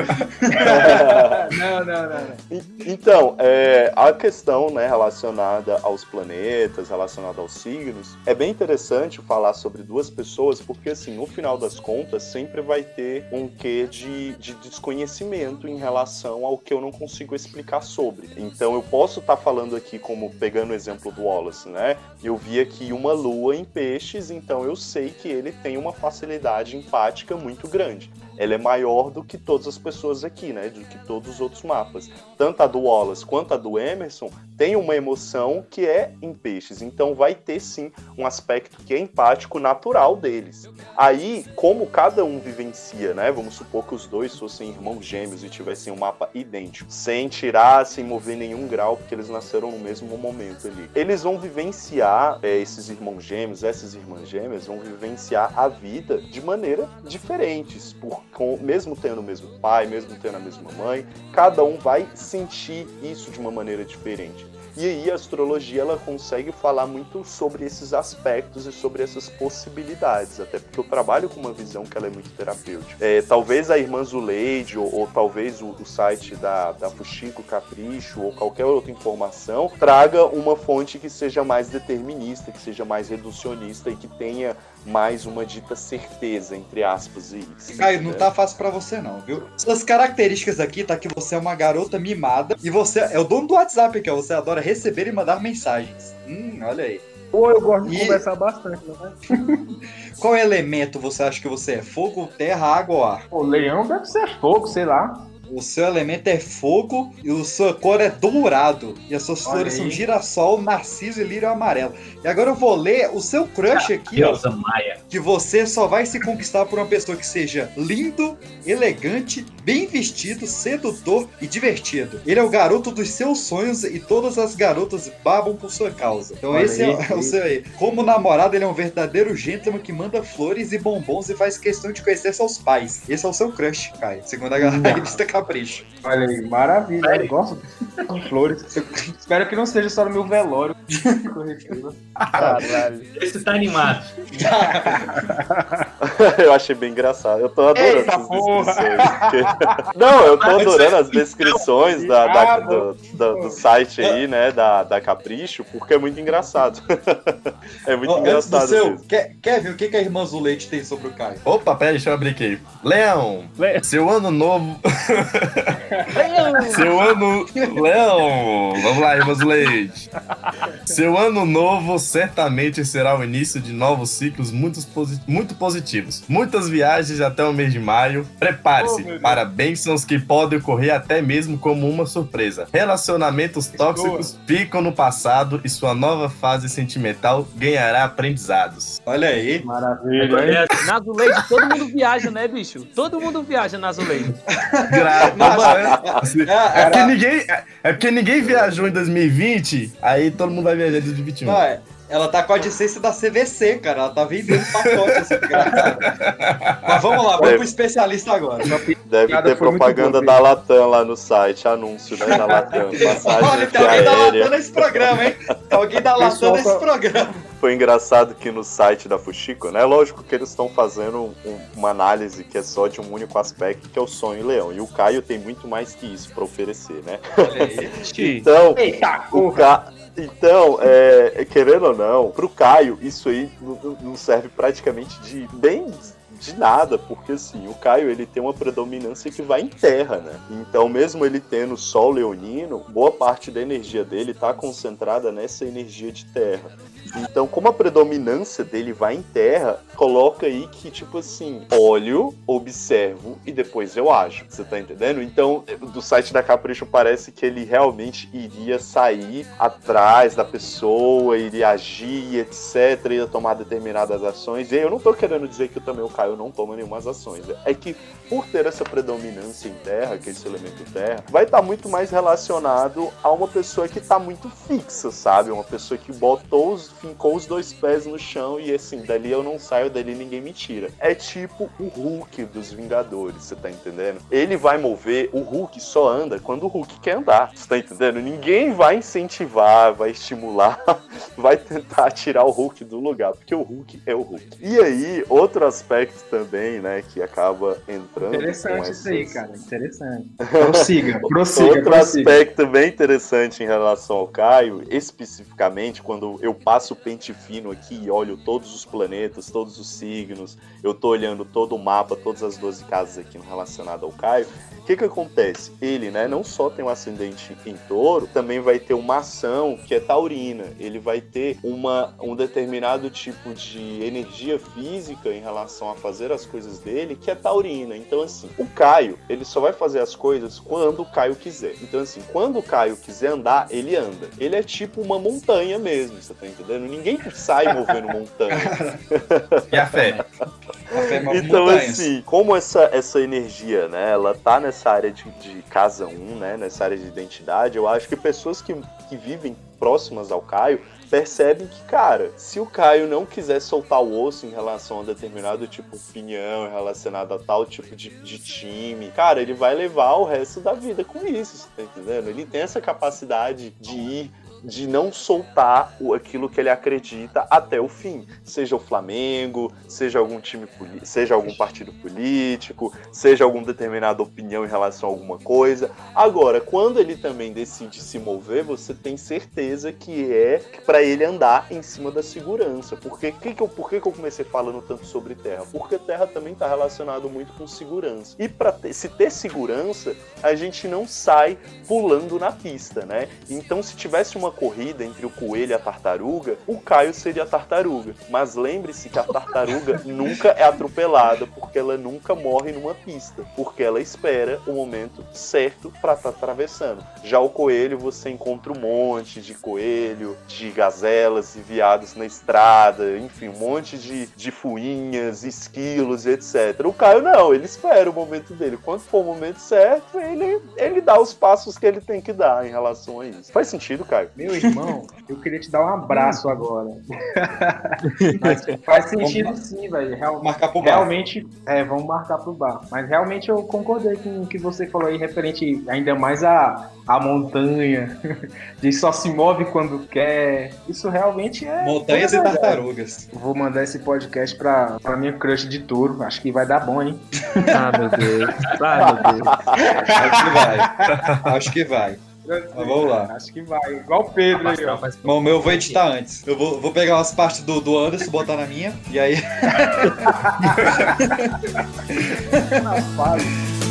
não, não, não, não. E- Então, é, a questão, né, relacionada aos planetas, relacionada aos signos, é bem interessante falar sobre duas pessoas, porque, assim, no final das contas, sempre vai ter um quê de, de desconhecimento em relação ao que eu não consigo explicar sobre. Então, eu posso estar falando aqui, como pegando o exemplo do Wallace, né? Eu vi aqui uma lua em peixes, então eu sei que ele tem uma facilidade empática muito grande. Ela é maior do que todas as pessoas aqui, né? Do que todos os outros mapas. Tanto a do Wallace quanto a do Emerson tem uma emoção que é em peixes. Então vai ter sim um aspecto que é empático natural deles. Aí, como cada um vivencia, né? Vamos supor que os dois fossem irmãos gêmeos e tivessem um mapa idêntico, sem tirar, sem mover nenhum grau, porque eles nasceram no mesmo momento ali. Eles vão vivenciar, é, esses irmãos gêmeos, essas irmãs gêmeas, vão vivenciar a vida de maneira diferentes, por Com, mesmo tendo o mesmo pai, mesmo tendo a mesma mãe, cada um vai sentir isso de uma maneira diferente. E aí a astrologia ela consegue falar muito sobre esses aspectos e sobre essas possibilidades, até porque eu trabalho com uma visão que ela é muito terapêutica. É, talvez a irmã Zuleide, ou, ou talvez o, o site da, da Fuxico Capricho, ou qualquer outra informação, traga uma fonte que seja mais determinista, que seja mais reducionista e que tenha mais uma dita certeza, entre aspas. E, Caio, não tá fácil pra você não, viu? Suas características aqui tá que você é uma garota mimada e você é o dono do WhatsApp aqui, ó. Você adora receber e mandar mensagens. Hum, olha aí. Pô, eu gosto de E- conversar bastante, né? Qual elemento você acha que você é? Fogo, terra, água ou ar? Pô, leão deve ser fogo, sei lá. O seu elemento é fogo e a sua cor é dourado. E as suas Olha flores aí. são girassol, narciso e lírio amarelo. E agora eu vou ler o seu crush aqui, ó. Deusa Maia. Que você só vai se conquistar por uma pessoa que seja lindo, elegante, bem vestido, sedutor e divertido. Ele é o garoto dos seus sonhos e todas as garotas babam por sua causa. Então Olha esse aí, é, o- é o aí. seu aí. Como namorado, ele é um verdadeiro gentleman que manda flores e bombons e faz questão de conhecer seus pais. Esse é o seu crush, Caio. Segundo a revista Capricho. Olha aí, maravilha. Eu gosto de flores. Eu espero que não seja só no meu velório. Corretiva. Caralho. Esse tá animado. Eu achei bem engraçado. Eu tô adorando Eita, essas porra! descrições. porque- Não, eu tô adorando as descrições da, da- Ah, do, do- do site aí, né? Da, da Capricho, porque é muito engraçado. É muito Ó, antes do engraçado seu, mesmo. Ke- Kevin, o que, que a irmã Zuleide tem sobre o Caio? Opa, peraí, deixa eu abrir aqui. Leão, Le- seu ano novo. Seu ano. Leão! Vamos lá, irmãos Leite. Seu ano novo certamente será o início de novos ciclos muito, posi- muito positivos. Muitas viagens até o mês de maio. Prepare-se Oh, meu Deus. para bênçãos que podem ocorrer até mesmo como uma surpresa. Relacionamentos tóxicos ficam no passado e sua nova fase sentimental ganhará aprendizados. Olha aí. Maravilha, hein? Na Azuleide, todo mundo viaja, né, bicho? Todo mundo viaja na Azuleide. Gra- Mas- É É, porque, ninguém, é- é porque ninguém viajou em dois mil e vinte, aí todo mundo vai viajar em dois mil e vinte e um. Não, é, ela tá com a licença da C V C, cara. Ela tá vendendo pacote, essa desgraçada. Mas vamos lá, vamos pro especialista agora. Deve piada ter foi muito propaganda boa, da Latam lá no site, anúncio, né? Da Latam. Passagem Olha, tem alguém da aérea. Latam nesse programa, hein? Tem alguém da Latam Pessoal, nesse tá- programa. Foi engraçado que no site da Fuxico, né? Lógico que eles estão fazendo um- uma análise que é só de um único aspecto, que é o sonho leão. E o Caio tem muito mais que isso pra oferecer, né? Olha aí. Então, Eita, o porra! Ca... então é, querendo ou não, pro Caio, isso aí não- não serve praticamente de bem de nada, porque assim, o Caio ele tem uma predominância que vai em terra, né? Então, mesmo ele tendo sol leonino, boa parte da energia dele tá concentrada nessa energia de terra. Então, como a predominância dele vai em terra, coloca aí que, tipo assim, olho, observo e depois eu ajo. Você tá entendendo? Então, do site da Capricho parece que ele realmente iria sair atrás da pessoa, iria agir, etcétera, ia tomar determinadas ações. E eu não tô querendo dizer que também o Caio não toma nenhumas ações. É que, por ter essa predominância em terra, que é esse elemento terra, vai estar muito mais relacionado a uma pessoa que tá muito fixa, sabe? Uma pessoa que botou os fincou os dois pés no chão e assim, dali eu não saio, dali ninguém me tira. É tipo o Hulk dos Vingadores, você tá entendendo? Ele vai mover, o Hulk só anda quando o Hulk quer andar, você tá entendendo? Ninguém vai incentivar, vai estimular, vai tentar tirar o Hulk do lugar, porque o Hulk é o Hulk. E aí, outro aspecto também, né, que acaba entrando... Interessante essas... isso aí, cara, interessante. Prossiga, prossiga, Outro prossiga. aspecto bem interessante em relação ao Caio, especificamente, quando eu passo o pente fino aqui e olho todos os planetas, todos os signos, eu tô olhando todo o mapa, todas as doze casas aqui relacionado ao Caio, o que que acontece? Ele, né, não só tem um ascendente em touro, também vai ter uma ação que é taurina. Ele vai ter uma, um determinado tipo de energia física em relação a fazer as coisas dele, que é taurina. Então, assim, o Caio, ele só vai fazer as coisas quando o Caio quiser. Então, assim, quando o Caio quiser andar, ele anda. Ele é tipo uma montanha mesmo, você tá entendendo? Ninguém sai movendo montanha. E a fé? Então, assim, como essa, essa energia, né, ela tá nessa área de, de casa um, né, nessa área de identidade, eu acho que pessoas que, que vivem próximas ao Caio percebem que, cara, se o Caio não quiser soltar o osso em relação a determinado tipo de opinião, relacionado a tal tipo de, de time, cara, ele vai levar o resto da vida com isso, você tá entendendo? Ele tem essa capacidade de ir, de não soltar aquilo que ele acredita até o fim. Seja o Flamengo, seja algum time, seja algum partido político, seja alguma determinada opinião em relação a alguma coisa. Agora, quando ele também decide se mover, você tem certeza que é para ele andar em cima da segurança. Porque, que que eu, por que, que eu comecei falando tanto sobre terra? Porque terra também está relacionado muito com segurança. E para se ter segurança, a gente não sai pulando na pista, né? Então, se tivesse uma corrida entre o coelho e a tartaruga, o Caio seria a tartaruga. Mas lembre-se que a tartaruga nunca é atropelada, porque ela nunca morre numa pista, porque ela espera o momento certo para estar tá atravessando. Já o coelho, você encontra um monte de coelho, de gazelas e veados na estrada, enfim, um monte de, de fuinhas, esquilos, etcétera. O Caio não, ele espera o momento dele. Quando for o momento certo, ele, ele dá os passos que ele tem que dar em relação a isso. Faz sentido, Caio? Meu irmão, eu queria te dar um abraço agora. Mas faz sentido vamos sim, velho. Real, marcar pro bar. Realmente, é, vamos marcar pro bar. Mas realmente eu concordei com o que você falou aí, referente ainda mais a, a montanha, de só se move quando quer. Isso realmente é... Montanhas e tartarugas. Vou mandar esse podcast pra, pra minha crush de touro. Acho que vai dar bom, hein? Ah, meu Deus. Ah, meu Deus. Acho que vai. Acho que vai. Mas vamos lá. Acho que vai. Igual o Pedro aí, ó. Bom, meu eu vou editar antes. Eu vou, vou pegar umas partes do, do Anderson, botar na minha, e aí... Não, fale.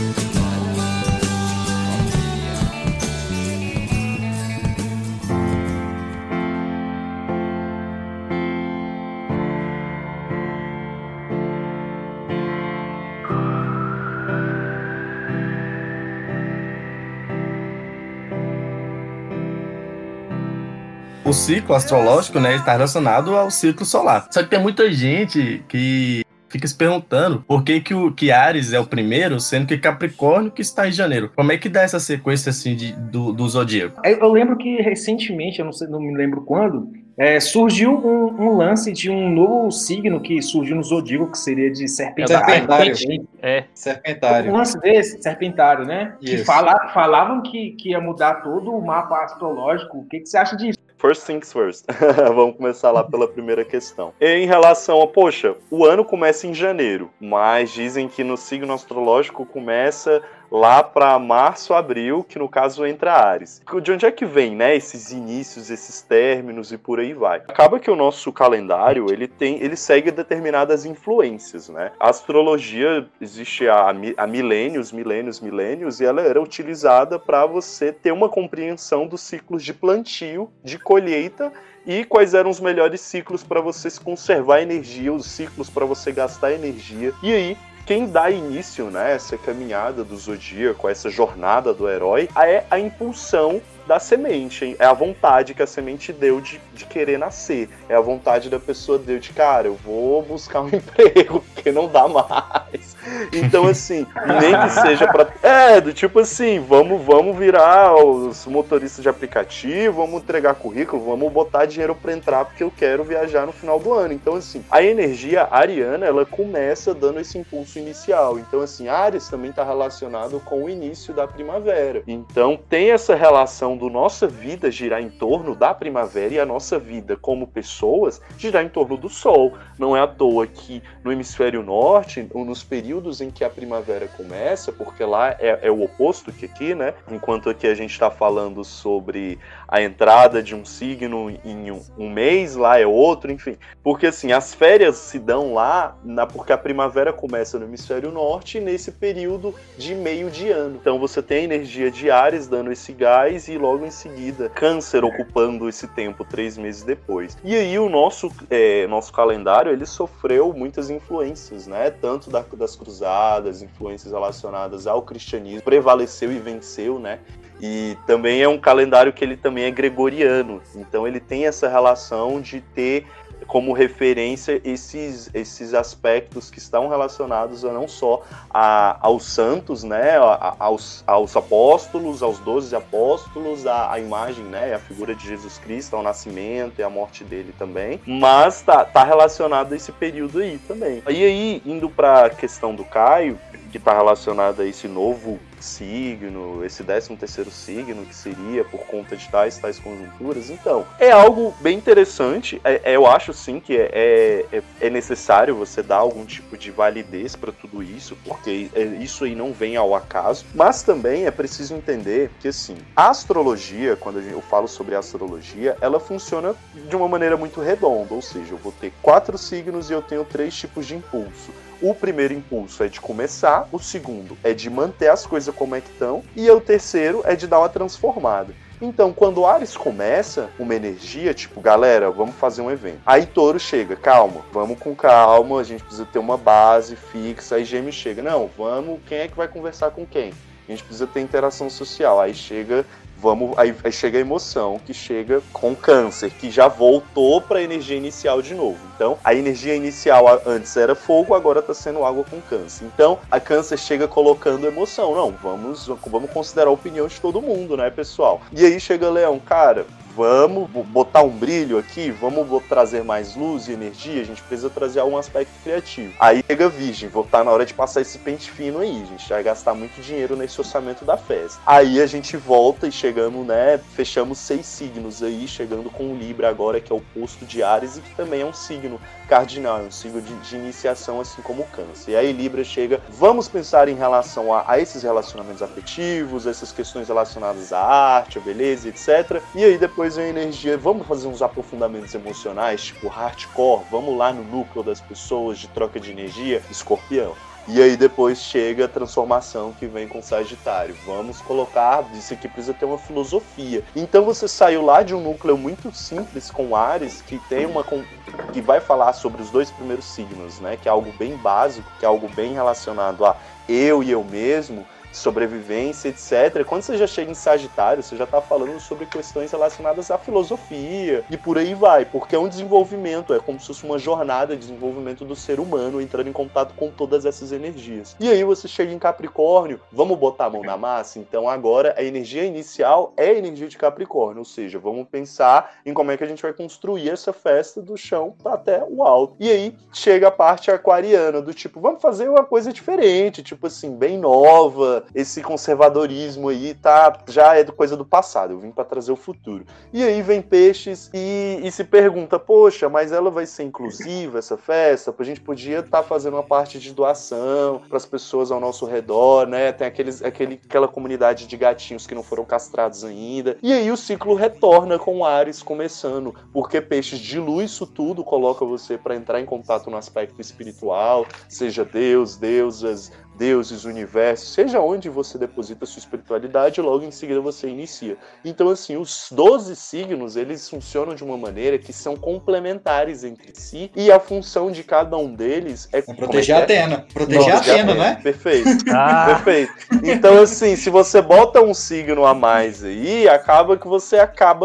O ciclo astrológico, né, está relacionado ao ciclo solar. Só que tem muita gente que fica se perguntando por que que, o, que Áries é o primeiro, sendo que Capricórnio que está em janeiro. Como é que dá essa sequência assim de, do, do zodíaco? Eu, eu lembro que recentemente, eu não, sei, não me lembro quando, é, surgiu um, um lance de um novo signo que surgiu no zodíaco, que seria de Serpentário. Serpentário. É. Serpentário. Um lance desse, Serpentário, né? Isso. Que fala, falavam que, que ia mudar todo o mapa astrológico. O que, que você acha disso? First things first. Vamos começar lá pela primeira questão. Em relação a, poxa, o ano começa em janeiro, mas dizem que no signo astrológico começa lá para março, abril, que no caso entra Áries. De onde é que vem, né, esses inícios, esses términos e por aí vai? Acaba que o nosso calendário, ele tem, ele segue determinadas influências, né? A astrologia existe há, há milênios, milênios, milênios, e ela era utilizada para você ter uma compreensão dos ciclos de plantio, de colheita, e quais eram os melhores ciclos para você conservar energia, os ciclos para você gastar energia. E aí, quem dá início, né, essa caminhada do zodíaco, essa jornada do herói, é a impulsão da semente, hein? É a vontade que a semente deu de, de querer nascer. É a vontade da pessoa deu de, cara, eu vou buscar um emprego, porque não dá mais. Então, assim, nem que seja pra... É, do tipo assim, vamos, vamos virar os motoristas de aplicativo, vamos entregar currículo, vamos botar dinheiro pra entrar porque eu quero viajar no final do ano. Então, assim, a energia ariana, ela começa dando esse impulso inicial. Então, assim, Áries também tá relacionado com o início da primavera. Então, tem essa relação do nossa vida girar em torno da primavera e a nossa vida como pessoas girar em torno do Sol. Não é à toa que no hemisfério norte, nos períodos em que a primavera começa, porque lá é, é o oposto que aqui, né? Enquanto aqui a gente está falando sobre a entrada de um signo em um, um mês, lá é outro, enfim. Porque assim, as férias se dão lá na, porque a primavera começa no hemisfério norte nesse período de meio de ano. Então você tem a energia de Áries dando esse gás e logo em seguida Câncer ocupando esse tempo três meses depois. E aí o nosso, é, nosso calendário, ele sofreu muitas influências, né? Tanto da, das cruzadas, influências relacionadas ao cristianismo, prevaleceu e venceu, né? E também é um calendário que ele também é gregoriano, então ele tem essa relação de ter como referência esses, esses aspectos que estão relacionados a não só a, aos santos, né, a, aos, aos apóstolos, aos doze apóstolos, a, a imagem, né, a figura de Jesus Cristo, ao nascimento e a morte dele também, mas tá, tá relacionado a esse período aí também. E aí, indo para a questão do Caio, que está relacionado a esse novo signo, esse décimo terceiro signo, que seria por conta de tais tais conjunturas. Então, é algo bem interessante. É, é, eu acho sim que é, é, é necessário você dar algum tipo de validez para tudo isso, porque é, isso aí não vem ao acaso. Mas também é preciso entender que, assim, a astrologia, quando eu falo sobre a astrologia, ela funciona de uma maneira muito redonda, ou seja, eu vou ter quatro signos e eu tenho três tipos de impulso. O primeiro impulso é de começar, o segundo é de manter as coisas como é que estão, e o terceiro é de dar uma transformada. Então, quando Áries começa uma energia, tipo, galera, vamos fazer um evento. Aí Touro chega, calma, vamos com calma, a gente precisa ter uma base fixa. Aí Gêmeos chega, não, vamos, quem é que vai conversar com quem? A gente precisa ter interação social. Aí chega... Vamos, aí, aí chega a emoção, que chega com Câncer, que já voltou para a energia inicial de novo. Então, a energia inicial antes era fogo, agora está sendo água com Câncer. Então, a Câncer chega colocando emoção. Não, vamos, vamos considerar a opinião de todo mundo, né, pessoal? E aí chega Leão, cara... Vamos botar um brilho aqui, vamos trazer mais luz e energia, a gente precisa trazer algum aspecto criativo. Aí chega Virgem, vou estar na hora de passar esse pente fino aí, a gente vai gastar muito dinheiro nesse orçamento da festa. Aí a gente volta e chegamos, né, fechamos seis signos aí, chegando com o Libra agora, que é o oposto de Áries e que também é um signo cardinal, é um signo de, de iniciação, assim como o Câncer. E aí Libra chega, vamos pensar em relação a, a esses relacionamentos afetivos, essas questões relacionadas à arte, à beleza, etcétera. E aí depois Depois a energia, vamos fazer uns aprofundamentos emocionais, tipo hardcore, vamos lá no núcleo das pessoas, de troca de energia, Escorpião. E aí depois chega a transformação que vem com Sagitário. Vamos colocar, isso aqui precisa ter uma filosofia. Então você saiu lá de um núcleo muito simples com Áries, que tem uma que vai falar sobre os dois primeiros signos, né? Que é algo bem básico, que é algo bem relacionado a eu e eu mesmo, sobrevivência, etcétera. Quando você já chega em Sagitário, você já está falando sobre questões relacionadas à filosofia e por aí vai, porque é um desenvolvimento, é como se fosse uma jornada de desenvolvimento do ser humano, entrando em contato com todas essas energias. E aí você chega em Capricórnio, vamos botar a mão na massa? Então agora a energia inicial é a energia de Capricórnio, ou seja, vamos pensar em como é que a gente vai construir essa festa do chão até o alto. E aí chega a parte aquariana, do tipo, vamos fazer uma coisa diferente, tipo assim, bem nova. Esse conservadorismo aí tá, já é coisa do passado, eu vim para trazer o futuro. E aí vem Peixes e, e se pergunta, poxa, mas ela vai ser inclusiva, essa festa? A gente podia estar tá fazendo uma parte de doação para as pessoas ao nosso redor, né? Tem aqueles, aquele, aquela comunidade de gatinhos que não foram castrados ainda. E aí o ciclo retorna com Áries começando, porque Peixes dilui isso tudo, coloca você para entrar em contato no aspecto espiritual, seja Deus, deusas, deuses, universo, seja onde você deposita a sua espiritualidade, logo em seguida você inicia. Então, assim, os doze signos, eles funcionam de uma maneira que são complementares entre si, e a função de cada um deles é... Proteger é a Atena. Proteger a Atena, né? Perfeito. Ah. Perfeito. Então, assim, se você bota um signo a mais aí, acaba que você acaba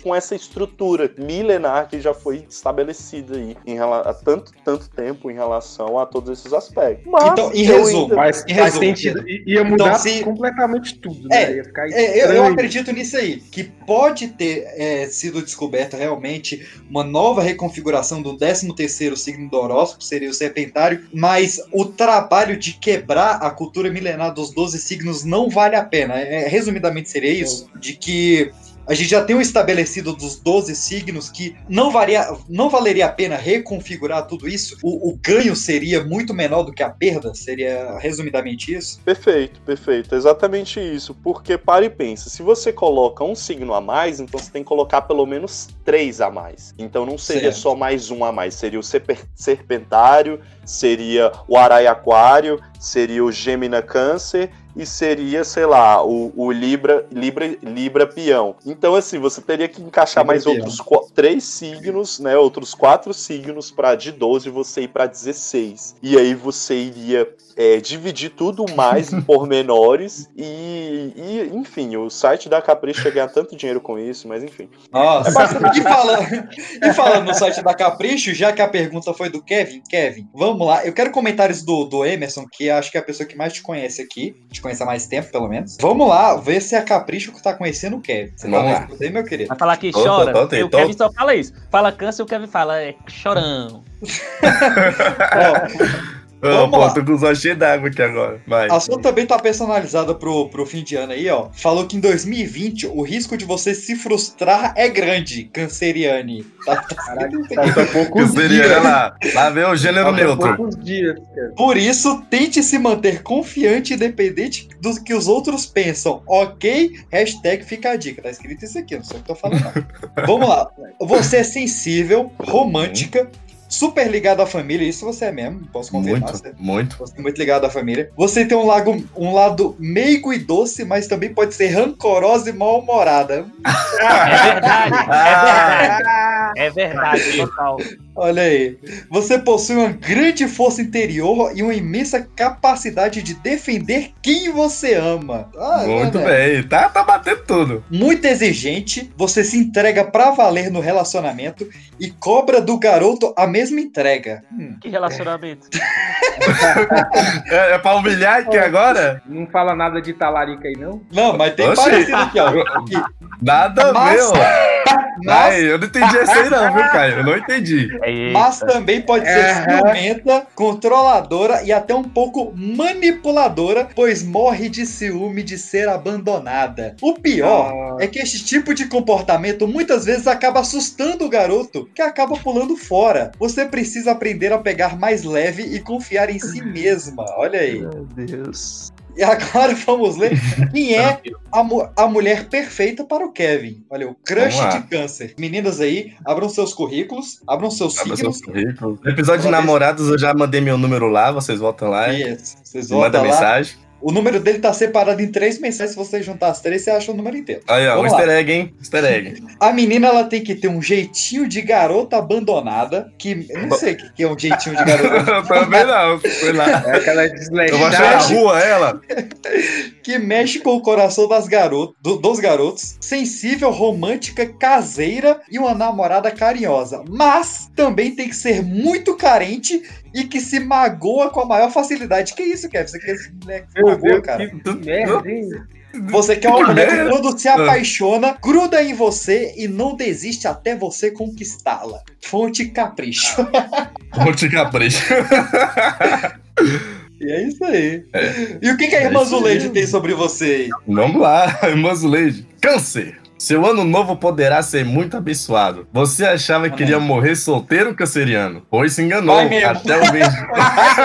com essa estrutura milenar que já foi estabelecida aí em rela- há tanto, tanto tempo em relação a todos esses aspectos. Mas, Então, em eu resumo, ainda- Faz, Em faz resumo, sentido. Pedro. I- Ia mudar Então, se- completamente tudo, É, né? Ia ficar É, eu, eu estranho. acredito nisso aí, que pode ter é, sido descoberta realmente uma nova reconfiguração do décimo terceiro signo do horóscopo, seria o Serpentário, mas o trabalho de quebrar a cultura milenar dos doze signos não vale a pena. É, resumidamente seria isso, de que a gente já tem um estabelecido dos doze signos que não, varia, não valeria a pena reconfigurar tudo isso. O, o ganho seria muito menor do que a perda, seria resumidamente isso. Perfeito, perfeito. Exatamente isso. Porque, para e pensa, se você coloca um signo a mais, então você tem que colocar pelo menos três a mais. Então não seria Certo. só mais um a mais. Seria o Serpe- Serpentário, seria o Araia Aquário, seria o Gêmina Câncer e seria, sei lá, o, o Libra, Libra, Libra Peão. Então, assim, você teria que encaixar Libra mais Peão. outros qu- três signos, né? Outros quatro signos para de doze você ir para dezesseis. E aí você iria é, dividir tudo mais em pormenores e, e, enfim, o site da Capricho ia ganhar tanto dinheiro com isso, mas enfim. Nossa, É basicamente e, falando, e falando no site da Capricho, já que a pergunta foi do Kevin, Kevin, vamos lá. Eu quero comentários do, do Emerson, que acho que é a pessoa que mais te conhece aqui, te conhece há mais tempo, pelo menos. Vamos lá, ver se é a Capricho que tá conhecendo o Kevin. Você tá Vamos lá. vendo aí, meu querido? Vai falar que Tô, tô, chora. tô, tô, e o tô. Kevin só fala isso. Fala câncer, o Kevin fala, é chorão. Ó, Ô, Vamos pô, lá. tô com os olhos cheios d'água aqui agora. Vai. a sua também tá personalizada pro, pro fim de ano aí, ó. Falou que em dois mil e vinte o risco de você se frustrar é grande, canceriane. Tá, tá Caraca, escrito isso aqui. falta poucos Seria, dias. olha lá. Lá vem o gênero Falta neutro. poucos dias, cara. Por isso, tente se manter confiante independente do que os outros pensam. Ok? Hashtag fica a dica. Tá escrito isso aqui, não sei o que eu tô falando não. Vamos lá. Você é sensível, romântica, super ligado à família. Isso você é mesmo, posso confirmar. Muito, Você, muito. você é muito ligado à família. Você tem um, lago, um lado meigo e doce, mas também pode ser rancorosa e mal-humorada. É verdade, é verdade. É verdade, total. Olha aí. Você possui uma grande força interior e uma imensa capacidade de defender quem você ama. Ah, Muito né? bem. Tá, tá batendo tudo. Muito exigente, você se entrega pra valer no relacionamento e cobra do garoto a mesma entrega. Hum. Que relacionamento. É, é pra humilhar aqui agora? Não fala nada de talarica aí, não? Não, mas tem Oxi. parecido aqui, ó. Aqui. Nada a Mas- ver, ó. Mas, Ai, eu não entendi essa aí não, viu, Caio? Eu não entendi. mas também pode ser Aham. ciumenta, controladora e até um pouco manipuladora, pois morre de ciúme de ser abandonada. O pior Ah. é que esse tipo de comportamento muitas vezes acaba assustando o garoto, que acaba pulando fora. Você precisa aprender a pegar mais leve e confiar em si mesma. Olha aí. Meu Deus. E agora vamos ler quem é a, mu- a mulher perfeita para o Kevin. Olha, o crush Vamos lá. de câncer. Meninas aí, abram seus currículos, abram seus Abra signos. seus currículos. No episódio de Uma vez- namorados, eu já mandei meu número lá, vocês voltam lá e Isso, vocês manda voltam lá. mensagem. O número dele tá separado em três mensagens. Se você juntar as três, você acha o número inteiro. Aí, ó, um Vamos lá. easter egg, hein? Easter egg. A menina, ela tem que ter um jeitinho de garota abandonada, que eu não sei o que que é um jeitinho de garota, Eu também não, sei lá. É aquela Eu vou achar na desleixada. rua ela. que mexe com o coração das garoto, do- dos garotos, sensível, romântica, caseira e uma namorada carinhosa. Mas também tem que ser muito carente e que se magoa com a maior facilidade. Que isso, Kevin? Você quer esse moleque que se Meu magoa, Deus, cara? que merda, hein? Você quer uma Que mulher que merda. quando se apaixona, gruda em você e não desiste até você conquistá-la. Fonte Capricho. Vou te capricho. E é isso aí. E o que, que a irmã É isso aí. Zuleide tem sobre você aí? Vamos lá, irmã Zuleide. Câncer. Seu ano novo poderá ser muito abençoado. Você achava que iria morrer solteiro, canceriano? Pois se enganou. Vai mesmo. Até o mês de...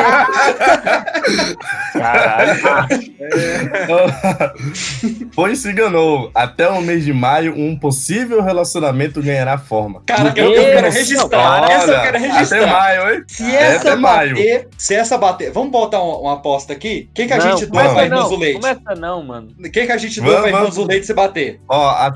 Pois se enganou. Até o mês de maio, um possível relacionamento ganhará forma. Cara, eu, eu quero registrar. Olha, essa eu quero até registrar. maio, hein? Se Até essa maio. bater, se essa bater, vamos botar uma, uma aposta aqui? O que, que a Não, gente doa começa pra irmã não, Zuleide? começa não, mano. O que, que a gente doa Vamos, pra irmã vamos. Zuleide se bater? Ó, a-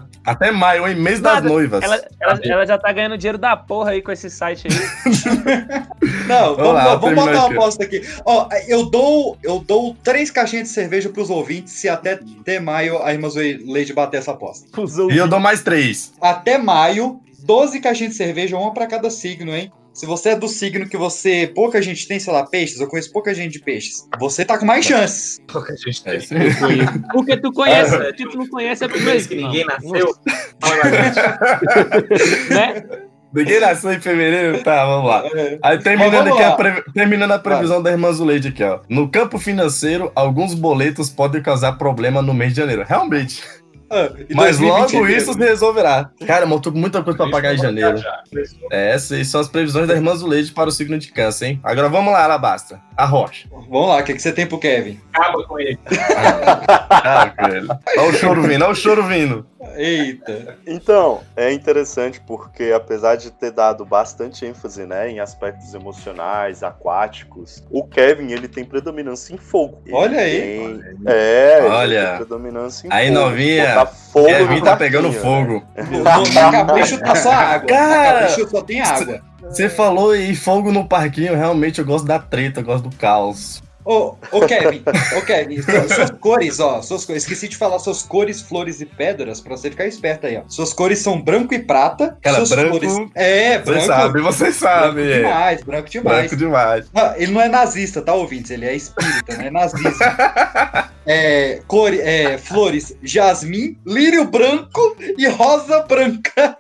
lá. Até maio, hein? Mês das Nada. noivas. Ela, ela, ela já tá ganhando dinheiro da porra aí com esse site aí. Não, vamos, lá, vamos botar uma aqui. aposta aqui. Ó, eu dou, eu dou três caixinhas de cerveja pros ouvintes se até, até maio a irmã Leide bater essa aposta. E eu dou mais três. Até maio, doze caixinhas de cerveja, uma pra cada signo, hein? Se você é do signo que você... Pouca gente tem, sei lá, peixes. Eu conheço pouca gente de peixes. Você tá com mais chances. Pouca gente É, tem. Porque tu conhece, é, tu não conhece é por Mês que ninguém nasceu. Fala pra gente. né? Ninguém nasceu em fevereiro? Tá, vamos lá. É. Aí terminando, Mas vamos aqui a, lá. pre- terminando a previsão da irmã Zuleide aqui, ó. No campo financeiro, alguns boletos podem causar problema no mês de janeiro. Realmente. Ah, e Mas dois mil e vinte logo é isso se resolverá. Cara, mas eu tô com muita coisa pra pagar em janeiro. É, essas são as previsões da irmã Zuleide para o signo de câncer, hein? Agora vamos lá, Alabasta. A rocha. Vamos lá, o que, que você tem pro Kevin? Acaba com ele. Ah, velho. Olha o choro vindo, olha o choro vindo. Eita. Então, é interessante porque apesar de ter dado bastante ênfase, né, em aspectos emocionais, aquáticos, o Kevin, ele tem predominância em fogo. Ele Olha aí. tem- É, Olha. ele tem predominância em Aí, fogo. novinha, Botar fogo Kevin no tá pegando quartinho, fogo. No, na capricho tá só água. Cara, Na capricho só tem água. Você falou em fogo no parquinho, realmente eu gosto da treta, eu gosto do caos. Ô, ô Kevin, ô Kevin, suas, suas cores, ó, suas cores, esqueci de falar suas cores, flores e pedras, pra você ficar esperto aí, ó. Suas cores são branco e prata. Cara, suas branco- cores... É, branco. Vocês sabem, vocês sabem. Branco é. demais, branco demais. Branco demais. Ah, ele não é nazista, tá, ouvintes? Ele é espírita, não é nazista. É, cor, é, flores, jasmim, lírio branco e rosa branca.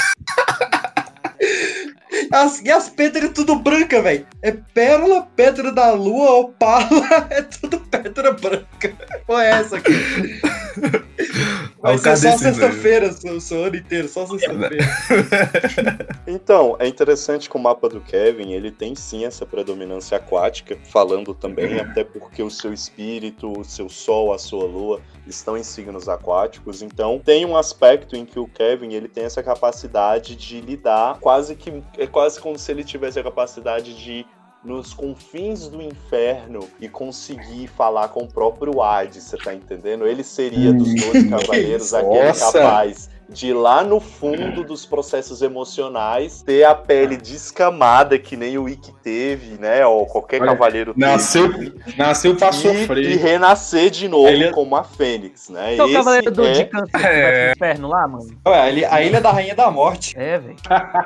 As, e as pedras é tudo branca, velho. É pérola, pedra da lua, opala, é tudo pedra branca. Qual é essa aqui? Vai Olha o ser só Cardecido aí. sexta-feira, seu, seu ano inteiro, só sexta-feira. Então, é interessante que o mapa do Kevin, ele tem sim essa predominância aquática, falando também, até porque o seu espírito, o seu sol, a sua lua, estão em signos aquáticos, então tem um aspecto em que o Kevin, ele tem essa capacidade de lidar, quase que, é quase como se ele tivesse a capacidade de ir nos confins do inferno e conseguir falar com o próprio Hades, você tá entendendo? Ele seria dos doze cavaleiros aquele Nossa. capaz de ir lá no fundo dos processos emocionais, ter a pele descamada, que nem o Ikki teve, né? Ou qualquer Olha, cavaleiro Nasceu, teve. nasceu pra E, e sofrer. renascer de novo Ele é- como a Fênix, né? Então o Esse cavaleiro do é- de câncer que vai pro inferno lá, mano. Ué, a ilha- a Ilha da Rainha da Morte. É, velho.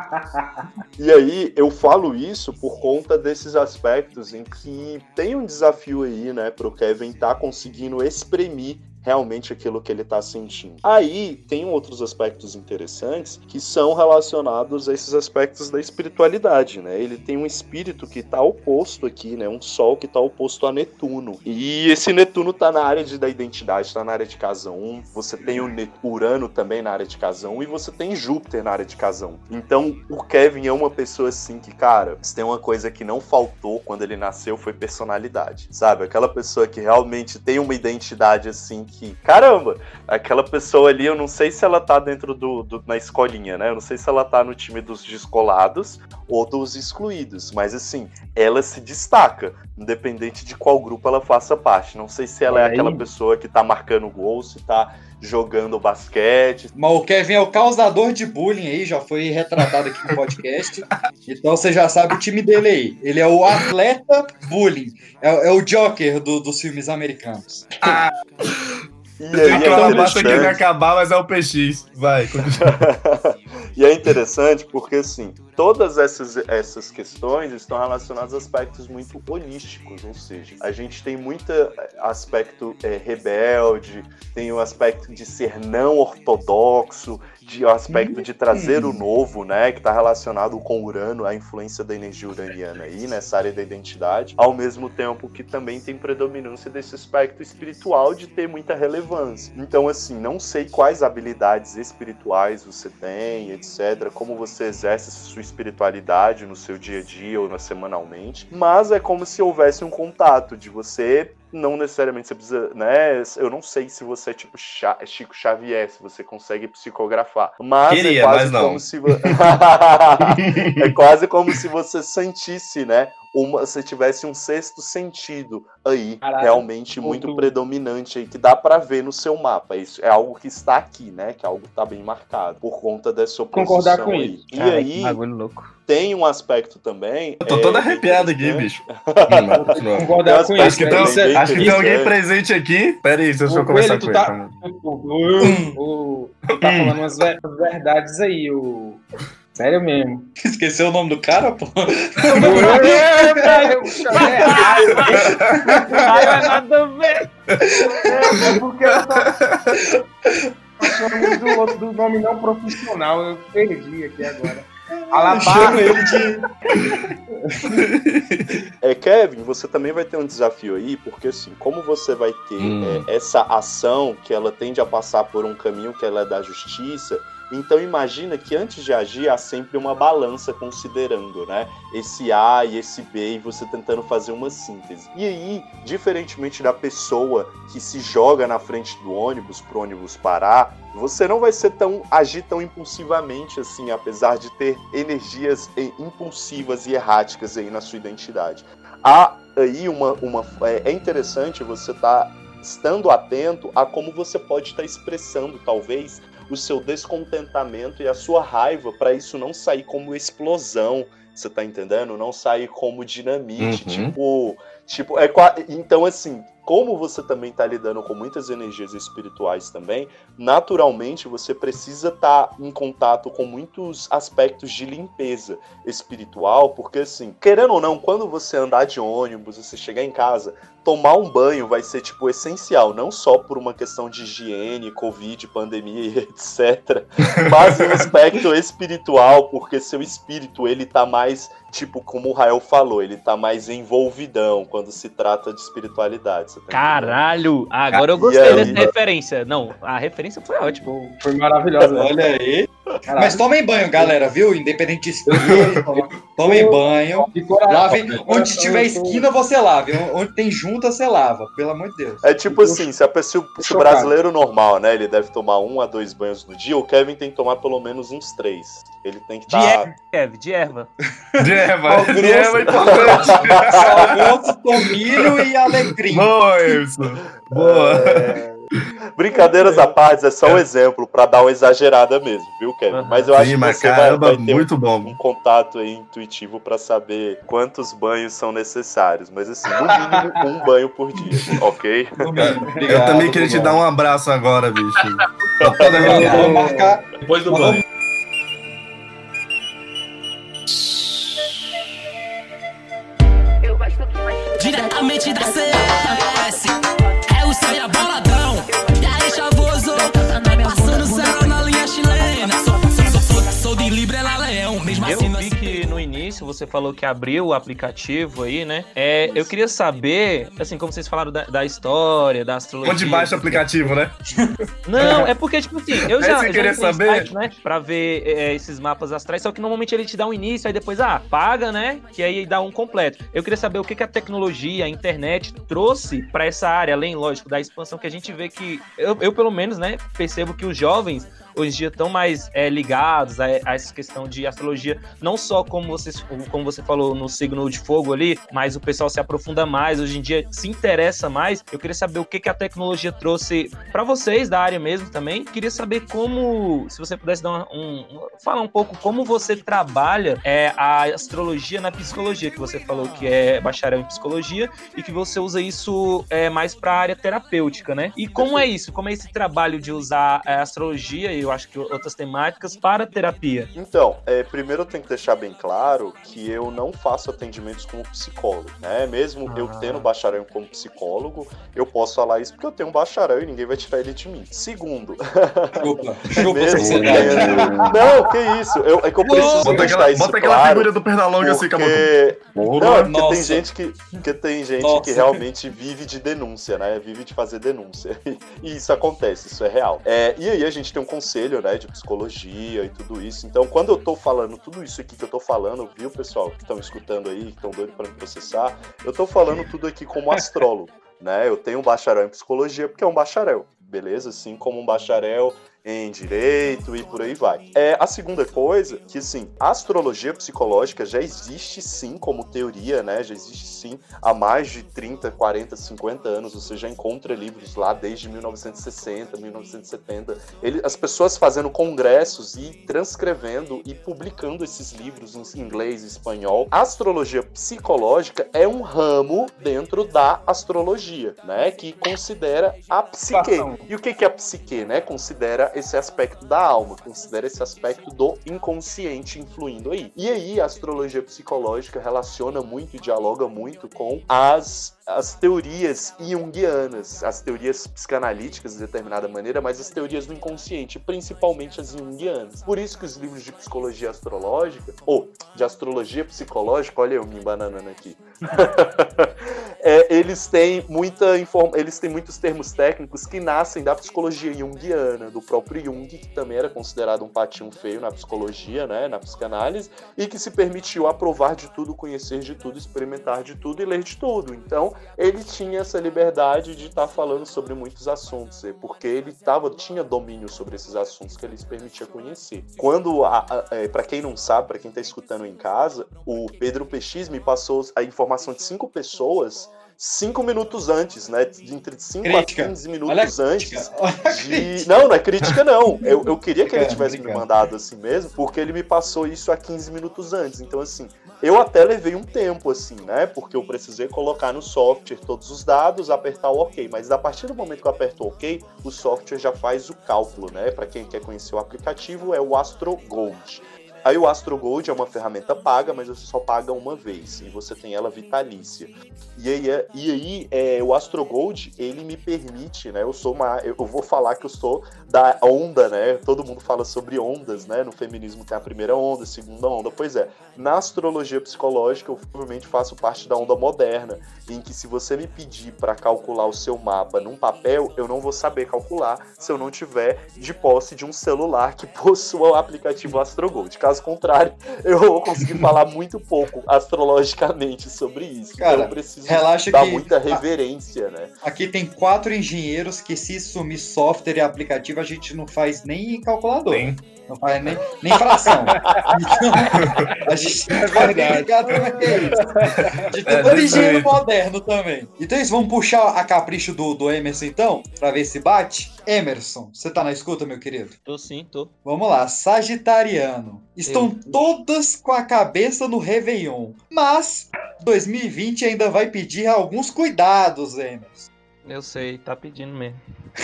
E aí, eu falo isso por conta desses aspectos em que tem um desafio aí, né, pro Kevin tá conseguindo exprimir realmente aquilo que ele tá sentindo. Aí, tem outros aspectos interessantes que são relacionados a esses aspectos da espiritualidade, né? Ele tem um espírito que tá oposto aqui, né? Um sol que tá oposto a Netuno. E esse Netuno tá na área de, da identidade, tá na área de casa um. Você tem o Net- Urano também na área de casa um e você tem Júpiter na área de casa um. Então, o Kevin é uma pessoa assim que, cara, se tem uma coisa que não faltou quando ele nasceu foi personalidade, sabe? Aquela pessoa que realmente tem uma identidade assim que, caramba, aquela pessoa ali, eu não sei se ela tá dentro do, do na escolinha, né? Eu não sei se ela tá no time dos descolados ou dos excluídos, mas assim, ela se destaca, independente de qual grupo ela faça parte. Não sei se ela é Olha aí. aquela pessoa que tá marcando gol, se tá jogando basquete. Mas o Kevin é o causador de bullying aí, já foi retratado aqui no podcast. Então você já sabe o time dele aí. Ele é o atleta bullying. É, é o Joker do- dos filmes americanos. E Tem aí que é falar basta que vai interessante. acabar, mas é o P X. Vai, continua. E é interessante porque, assim, todas essas, essas questões estão relacionadas a aspectos muito holísticos, ou seja, a gente tem muito aspecto é, rebelde, tem o aspecto de ser não ortodoxo, de o aspecto de trazer o novo, né, que está relacionado com Urano, a influência da energia uraniana aí, nessa área da identidade, ao mesmo tempo que também tem predominância desse aspecto espiritual de ter muita relevância. Então, assim, não sei quais habilidades espirituais você tem, etcétera, como você exerce sua espiritualidade no seu dia a dia ou na semanalmente, mas é como se houvesse um contato de você. Não necessariamente você precisa, né? Eu não sei se você é tipo Cha- Chico Xavier, se você consegue psicografar. Mas Queria, é quase mas não. como se vo- é quase como se você sentisse, né? uma, você tivesse um sexto sentido aí, Caralho, realmente muito muito- predominante aí, que dá pra ver no seu mapa. Isso é algo que está aqui, né? Que é algo que tá bem marcado, por conta dessa oposição Concordar com aí. isso. E Cara, aí, que bagulho louco. tem um aspecto também... Eu tô é, todo bem arrepiado aqui, interessante. bicho. Hum, mas continua. Concordar com Tem Acho isso. que né? tem, Isso é- acho que tem isso alguém é- presente aqui. Pera aí, deixa eu O conversar Coelho, com tu ele. tá, calma. o, o, tu tá falando umas ver- umas verdades aí, o... Sério mesmo. Esqueceu o nome do cara, pô? Ai, não é nada a ver. É porque eu tô chamando do outro do nome não profissional, eu perdi aqui agora. Eu Alabasta. chamo ele de... É, Kevin, você também vai ter um desafio aí, porque assim, como você vai ter Hum. é, essa ação que ela tende a passar por um caminho que ela é da justiça, então imagina que antes de agir há sempre uma balança considerando, né? Esse A e esse B e você tentando fazer uma síntese. E aí, diferentemente da pessoa que se joga na frente do ônibus pro ônibus parar, você não vai ser tão agir tão impulsivamente assim, apesar de ter energias eh, impulsivas e erráticas aí na sua identidade. Há aí uma, uma é, é interessante você estar estando atento a como você pode estar expressando talvez o seu descontentamento e a sua raiva para isso não sair como explosão, você tá entendendo? Não sair como dinamite, Uhum. tipo, tipo é qua- então assim, como você também tá lidando com muitas energias espirituais também, naturalmente você precisa estar em contato com muitos aspectos de limpeza espiritual, porque assim, querendo ou não, quando você andar de ônibus, você chegar em casa, tomar um banho vai ser, tipo, essencial, não só por uma questão de higiene, covid, pandemia e etcétera, mas no aspecto espiritual, porque seu espírito, ele tá mais, tipo, como o Rael falou, ele tá mais envolvidão quando se trata de espiritualidade. Você tá entendendo? Caralho, agora eu E gostei aí? dessa referência. Não, a referência foi ótima. Foi maravilhosa. né? Olha aí. Caralho. Mas tomem banho, galera, viu? Independente de espírito, tomem banho. De coração. Lave. Onde tiver esquina, você lava. Onde tem junta, você lava. Pelo amor de Deus. É tipo assim, se, a pessoa, se o chocado. brasileiro normal, né, ele deve tomar um a dois banhos no dia, o Kevin tem que tomar pelo menos uns três. Ele tem que De estar... erva, Kevin, de erva. De erva, Sal de erva é importante. Sal grosso, tomilho e alecrim. Boa, Wilson. Boa. É, brincadeiras à parte, é só um exemplo pra dar uma exagerada mesmo, viu, Kevin? Aham. Mas eu acho Sim, que mas você vai, caramba, vai ter muito um, bom. um contato aí intuitivo pra saber quantos banhos são necessários. Mas assim, no mínimo um banho por dia, ok? Eu também queria te dar um abraço agora, bicho. Tô todo Eu vou arrepiado. marcar. Depois do Mas banho. Diretamente da C S, é o Saia Boladão. E aí, chavoso, passando céu na linha chilena. Sou, sou, sou, sou, sou de Libra, ela Leão. Mesmo Eu assim, vi que no início você falou que abriu o aplicativo aí, né? É, eu queria saber, assim, como vocês falaram da, da história, da astrologia. Onde baixa o aplicativo, né? Não, é porque, tipo assim, eu Aí já, você já queria entrei em saber? site, né, pra ver é, esses mapas astrais, só que normalmente ele te dá um início, aí depois, ah, paga, né, que aí dá um completo. Eu queria saber o que, que a tecnologia, a internet trouxe pra essa área, além, lógico, da expansão que a gente vê que, eu, eu pelo menos, né, percebo que os jovens hoje em dia estão mais é, ligados a, a essa questão de astrologia, não só como você, como você falou no signo de fogo ali, mas o pessoal se aprofunda mais, hoje em dia se interessa mais. Eu queria saber o que, que a tecnologia trouxe para vocês da área mesmo também. Queria saber como, se você pudesse dar uma, um, um, falar um pouco como você trabalha é, a astrologia na psicologia, que você falou que é bacharel em psicologia e que você usa isso é, mais para a área terapêutica, né? E como é isso? Como é esse trabalho de usar a astrologia e eu acho que outras temáticas para terapia? Então, é, primeiro eu tenho que deixar bem claro que eu não faço atendimentos como psicólogo, né? Mesmo eu Ah. tendo bacharel como psicólogo, eu posso falar isso porque eu tenho um bacharel e ninguém vai tirar ele de mim. Segundo, Chupa. Chupa, mesmo sociedade. tendo... Não, que isso, eu, é que eu preciso Bota deixar aquela, isso bota aquela claro, figura do Pernalonga assim, Camotu. porque... Porra. Não, é porque Nossa. tem gente que, que tem gente Nossa. que realmente vive de denúncia, né? Vive de fazer denúncia. E isso acontece, isso é real. É, e aí a gente tem um conselho, né, de psicologia e tudo isso. Então, quando eu tô falando tudo isso aqui que eu tô falando, viu, pessoal, que estão escutando aí, que estão doidos para me processar, eu tô falando tudo aqui como astrólogo, né? Eu tenho um bacharel em psicologia porque é um bacharel, beleza? Assim como um bacharel em direito e por aí vai. É, a segunda coisa, que assim, a astrologia psicológica já existe sim como teoria, né? Já existe sim há mais de trinta, quarenta, cinquenta anos. Você já encontra livros lá desde mil novecentos e sessenta, mil novecentos e setenta. Ele, as pessoas fazendo congressos e transcrevendo e publicando esses livros em inglês e espanhol. A astrologia psicológica é um ramo dentro da astrologia, né? Que considera a psique. E o que que é a psique, né? Considera esse aspecto da alma, considera esse aspecto do inconsciente influindo aí. E aí a astrologia psicológica relaciona muito e dialoga muito com as as teorias junguianas, as teorias psicanalíticas de determinada maneira, mas as teorias do inconsciente, principalmente as junguianas. Por isso que os livros de psicologia astrológica, ou de astrologia psicológica, olha eu me embananando aqui, é, eles têm muita inform... eles têm muitos termos técnicos que nascem da psicologia junguiana, do próprio Jung, que também era considerado um patinho feio na psicologia, né, na psicanálise, e que se permitiu aprovar de tudo, conhecer de tudo, experimentar de tudo e ler de tudo. Então, ele tinha essa liberdade de estar falando sobre muitos assuntos, porque ele tava, tinha domínio sobre esses assuntos que ele se permitia conhecer. Quando, é, para quem não sabe, para quem está escutando em casa, o Pedro P X me passou a informação de cinco pessoas cinco minutos antes, né? De entre cinco a quinze minutos antes. De... Não, não é crítica, não. Eu, eu queria que ele tivesse me mandado assim mesmo, porque ele me passou isso há quinze minutos antes. Então, assim, eu até levei um tempo, assim, né? Porque eu precisei colocar no software todos os dados, apertar o OK. Mas a partir do momento que eu aperto o OK, o software já faz o cálculo, né? Para quem quer conhecer o aplicativo, é o AstroGold. Aí o AstroGold é uma ferramenta paga, mas você só paga uma vez, e você tem ela vitalícia. E aí, e aí é, o AstroGold, ele me permite, né, eu sou uma, eu vou falar que eu sou da onda, né, todo mundo fala sobre ondas, né, no feminismo tem a primeira onda, a segunda onda, pois é, na astrologia psicológica eu provavelmente faço parte da onda moderna, em que se você me pedir para calcular o seu mapa num papel, eu não vou saber calcular se eu não tiver de posse de um celular que possua o aplicativo AstroGold. Caso contrário, eu vou conseguir falar muito pouco astrologicamente sobre isso. Cara, então eu preciso relaxa dar que muita reverência, né? Aqui tem quatro engenheiros que se sumir software e aplicativo a gente não faz nem calculador. Tem. Não faz nem, nem fração. Então, a gente não vai nem ligar também. A gente tem É, todo desse engenheiro jeito. moderno também. Então, isso, vamos puxar a capricho do, do Emerson, então, pra ver se bate. Emerson, você tá na escuta, meu querido? Tô sim, tô. Vamos lá, Sagitariano. Estão Eu- todas com a cabeça no Réveillon. Mas dois mil e vinte ainda vai pedir alguns cuidados, Emerson. Eu sei, tá pedindo mesmo.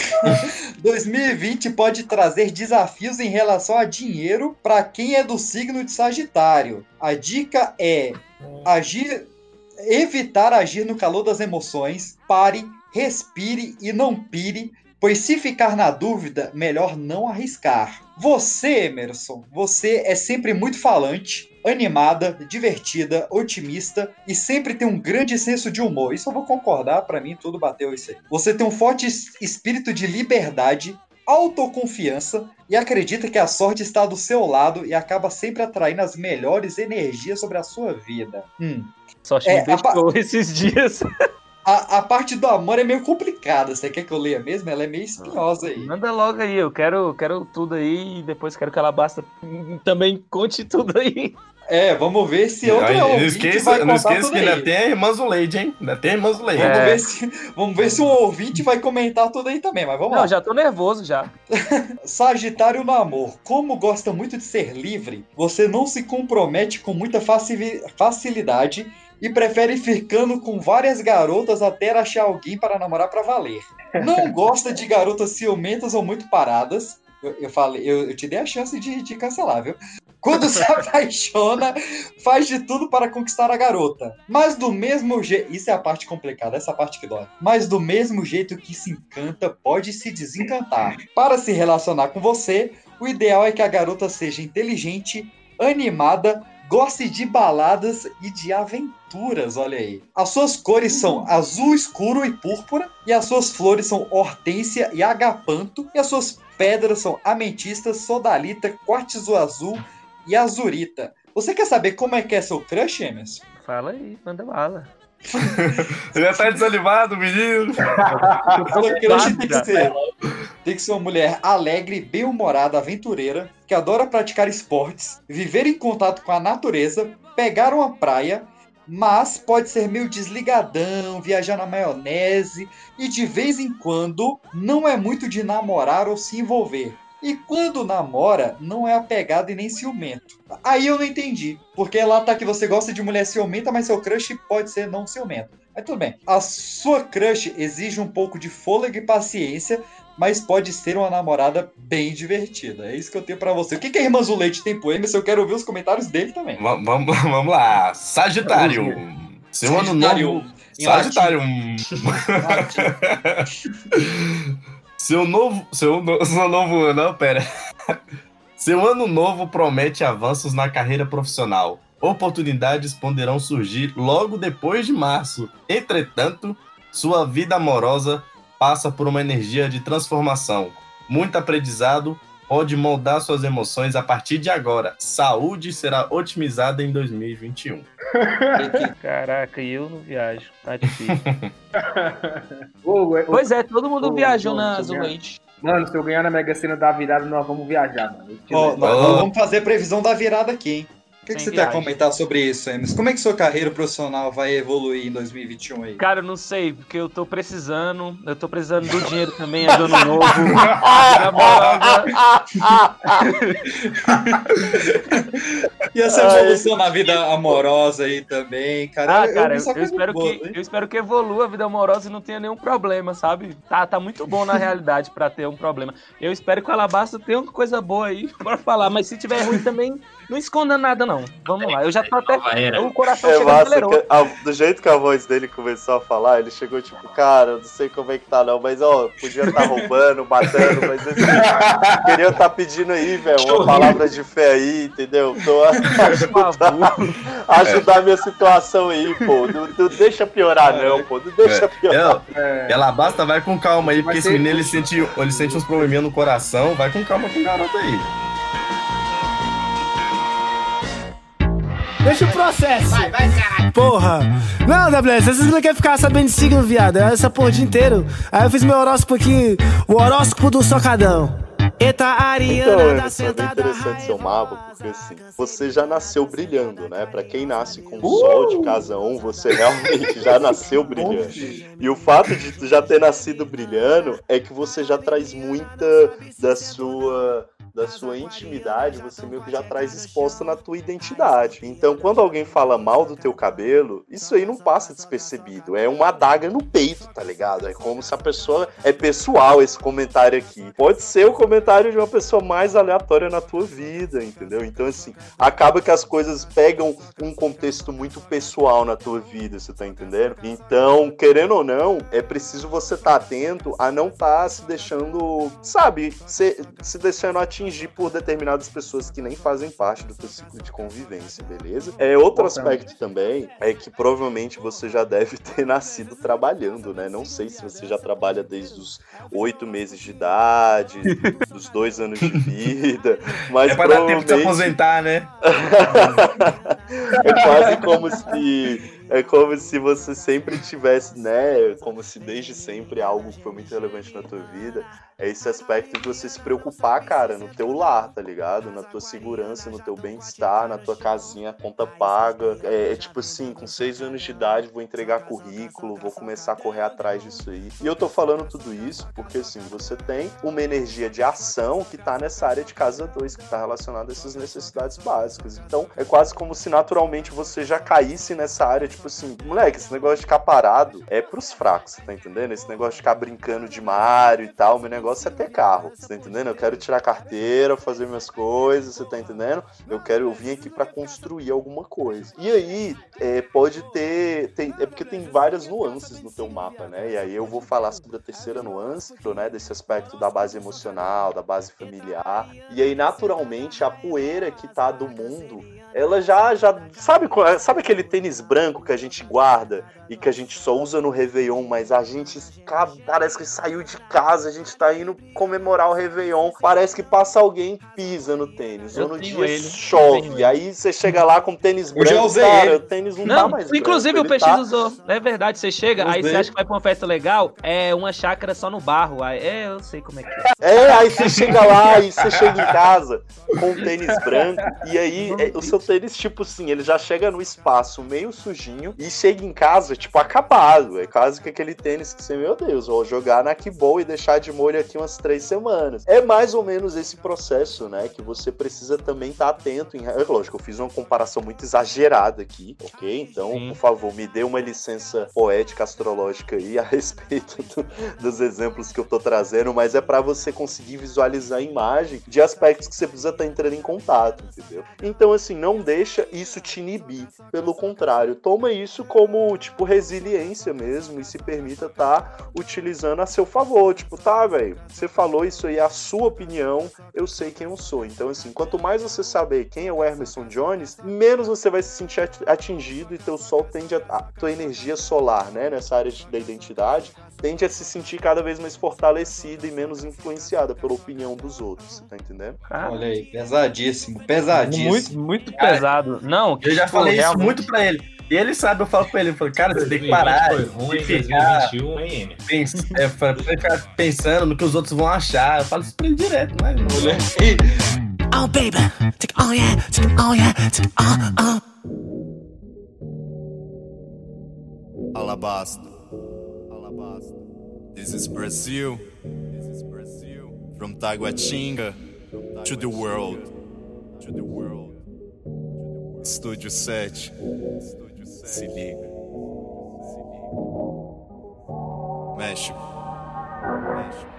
dois mil e vinte pode trazer desafios em relação a dinheiro para quem é do signo de Sagitário. A dica é agir, evitar agir no calor das emoções, pare, respire e não pire, pois se ficar na dúvida, melhor não arriscar. Você, Emerson, você é sempre muito falante, animada, divertida, otimista e sempre tem um grande senso de humor. Isso eu vou concordar, pra mim tudo bateu isso aí. Você tem um forte es- espírito de liberdade, autoconfiança e acredita que a sorte está do seu lado e acaba sempre atraindo as melhores energias sobre a sua vida. Hum. Sorte É, me a pa- deixou esses dias. A, a parte do amor é meio complicada. Você quer que eu leia mesmo? Ela é meio espinhosa aí. Manda logo aí, eu quero, quero tudo aí e depois quero que ela basta também conte tudo aí. É, vamos ver se outro Aí, não ouvinte esqueça, vai não contar esqueça tudo que aí. ainda tem a irmã Zuleide, hein? Ainda tem a irmã Zuleide. Vamos, É. ver se, vamos ver se um ouvinte vai comentar tudo aí também, mas vamos Não, lá. já tô nervoso já. Sagitário no amor. Como gosta muito de ser livre, você não se compromete com muita faci- facilidade e prefere ir ficando com várias garotas até achar alguém para namorar para valer. Não gosta de garotas ciumentas ou muito paradas. Eu, eu falei, eu, eu te dei a chance de, de cancelar, viu? Quando se apaixona, faz de tudo para conquistar a garota. Mas do mesmo jeito... Isso é a parte complicada, essa parte que dói. Mas do mesmo jeito que se encanta, pode se desencantar. Para se relacionar com você, o ideal é que a garota seja inteligente, animada, goste de baladas e de aventuras, olha aí. As suas cores são azul escuro e púrpura, e as suas flores são hortênsia e agapanto, e as suas pedras são ametista, sodalita, quartzo azul e azurita. Você quer saber como é que é seu crush, Emerson? Fala aí, manda bala. Já tá desanimado, menino. Seu crush tem que ser Tem que ser uma mulher alegre, bem-humorada, aventureira, que adora praticar esportes, viver em contato com a natureza, pegar uma praia, mas pode ser meio desligadão, viajar na maionese e de vez em quando não é muito de namorar ou se envolver. E quando namora, não é apegado e nem ciumento. Aí eu não entendi. Porque lá tá que você gosta de mulher ciumenta, mas seu crush pode ser não ciumento. Mas tudo bem. A sua crush exige um pouco de fôlego e paciência, mas pode ser uma namorada bem divertida. É isso que eu tenho pra você. O que, que a Irmã Zuleide tem pro Emerson? Eu quero ouvir os comentários dele também. Vamos, vamos, vamos lá. Sagitário. Seu ano novo... Sagitário. Seu novo... Seu, no... seu novo ano... Não, pera. Seu ano novo promete avanços na carreira profissional. Oportunidades poderão surgir logo depois de março. Entretanto, sua vida amorosa passa por uma energia de transformação. Muito aprendizado pode moldar suas emoções a partir de agora. Saúde será otimizada em dois mil e vinte e um. Caraca, e eu não viajo. Tá difícil. Pois é, todo mundo Ô, viajou ô, na ô, Zuleide. Mano, se eu ganhar na Mega Sena da virada, nós vamos viajar, mano. Ó, nós Oh. vamos fazer previsão da virada aqui, hein? O que, que Sem você tem a viagem. comentar sobre isso, Emerson? Como é que sua carreira profissional vai evoluir em dois mil e vinte e um aí? Cara, eu não sei, porque eu tô precisando. Eu tô precisando do dinheiro também, é do ano novo. Namorada. E essa evolução na vida amorosa aí também, cara? Ah, cara, eu, só eu coisa espero boa, que, hein? eu espero que evolua a vida amorosa e não tenha nenhum problema, sabe? Tá, tá muito bom na realidade pra ter um problema. Eu espero que o Alabasta tenha uma coisa boa aí pra falar, mas se tiver ruim também, não esconda nada não. Vamos lá, eu já tô até... O coração É chega massa acelerou. que, a- do jeito que a voz dele começou a falar, ele chegou tipo, cara, eu não sei como é que tá não, mas ó, podia estar roubando, matando, mas assim, queria estar pedindo aí, velho, uma palavra de fé aí, entendeu? Tô a ajudar, ajudar a minha situação aí, pô, não, não deixa piorar não, pô, não deixa piorar. Ela, ela basta, vai com calma aí, porque Vai esse ser- menino ele sente, ele sente uns probleminhas no coração. Vai com calma com o garoto aí. Deixa o processo. Vai, vai, caralho. Porra. Não, W S, vocês não querem ficar sabendo de signo, viado. É essa porra o dia inteiro. Aí eu fiz meu horóscopo aqui, o horóscopo do socadão. Eita, Então, Ariana da Emerson, é bem sentada interessante seu mapa, porque assim, você já nasceu brilhando, né? Pra quem nasce com o Uh! sol de casa um, você realmente já nasceu brilhando. E o fato de tu já ter nascido brilhando é que você já traz muita da sua... da sua intimidade, você meio que já traz exposta na tua identidade. Então, quando alguém fala mal do teu cabelo, isso aí não passa despercebido. É uma adaga no peito, tá ligado? É como se a pessoa... É pessoal esse comentário aqui. Pode ser o comentário de uma pessoa mais aleatória na tua vida, entendeu? Então, assim, acaba que as coisas pegam um contexto muito pessoal na tua vida, você tá entendendo? Então, querendo ou não, é preciso você estar atento a não estar se deixando, sabe, se, se deixando atingir por determinadas pessoas que nem fazem parte do teu ciclo de convivência, beleza? É, outro aspecto também é que provavelmente você já deve ter nascido trabalhando, né? Não sei se você já trabalha desde os oito meses de idade, dos dois anos de vida, mas É pra dar tempo de se provavelmente aposentar, né? é quase como se é como se você sempre tivesse, né? Como se desde sempre algo que foi muito relevante na tua vida. É esse aspecto de você se preocupar, cara, no teu lar, tá ligado? Na tua segurança, no teu bem-estar, na tua casinha, conta paga. É, é tipo assim, com seis anos de idade, vou entregar currículo, vou começar a correr atrás disso aí. E eu tô falando tudo isso porque, assim, você tem uma energia de ação que tá nessa área de casa dois, que tá relacionada a essas necessidades básicas. Então, é quase como se naturalmente você já caísse nessa área, tipo assim, moleque, esse negócio de ficar parado é pros fracos, tá entendendo? Esse negócio de ficar brincando de Mario e tal, meu negócio é ter carro, você tá entendendo? Eu quero tirar carteira, fazer minhas coisas, você tá entendendo? Eu quero, eu vim aqui pra construir alguma coisa. E aí, é, pode ter, tem, é porque tem várias nuances no teu mapa, né? E aí eu vou falar sobre a terceira nuance, né? Desse aspecto da base emocional, da base familiar. E aí, naturalmente, a poeira que tá do mundo, ela já, já sabe, sabe aquele tênis branco que que a gente guarda e que a gente só usa no Réveillon, mas a gente cara, parece que saiu de casa, a gente tá indo comemorar o Réveillon, parece que passa alguém e pisa no tênis, Eu ou no tenho dia ele. chove, e aí você chega lá com tênis Eu já branco, usei cara, ele. o tênis não, Não, tá mais inclusive branco, o ele P X tá... usou. É verdade, você chega, aí Usei. você acha que vai pra uma festa legal, é uma chácara só no barro. Aí, é, eu sei como é que é. É, aí você chega lá e você chega em casa com o tênis branco, e aí é, o seu tênis, tipo assim, ele já chega no espaço meio sujinho e chega em casa, tipo, acabado. É quase que aquele tênis que você, meu Deus, vou jogar na Kibol e deixar de molho aqui umas três semanas. É mais ou menos esse processo, né, que você precisa também estar atento. Em... É lógico, eu fiz uma comparação muito exagerada aqui, ok? Então, Sim. por favor, me dê uma licença poética, astrológica aí a respeito do, dos exemplos que eu tô trazendo, mas é pra você conseguir visualizar a imagem de aspectos que você precisa estar entrando em contato, entendeu? Então, assim, não deixa isso te inibir. Pelo contrário, toma isso como, tipo, resiliência mesmo e se permita estar utilizando a seu favor. Tipo, tá, velho, você falou isso aí, é a sua opinião, eu sei quem eu sou. Então, assim, quanto mais você saber quem é o Emerson Jones, menos você vai se sentir atingido e teu sol tende a... a tua energia solar, né, nessa área da identidade, tende a se sentir cada vez mais fortalecida e menos influenciada pela opinião dos outros, você tá entendendo? Ah, Olha aí, pesadíssimo, pesadíssimo. muito, muito pesado. Não, Eu já pô, falei isso realmente. muito pra ele. E ele sabe, eu falo pra ele, eu falo, cara, você tem que dois mil e vinte parar foi ruim, de ficar dois mil e vinte e um, hein, N? pens- é, pra- pra ficar pensando no que os outros vão achar. Eu falo isso pra ele direto, mas não. Olha aí. Oh, baby. Take, oh, yeah. Take, oh, yeah. Take, oh, oh. Alabasta. Alabasta. This is Brazil. This is Brazil. From Taguatinga to the world. To the world. Estúdio sete. Se liga. México. México.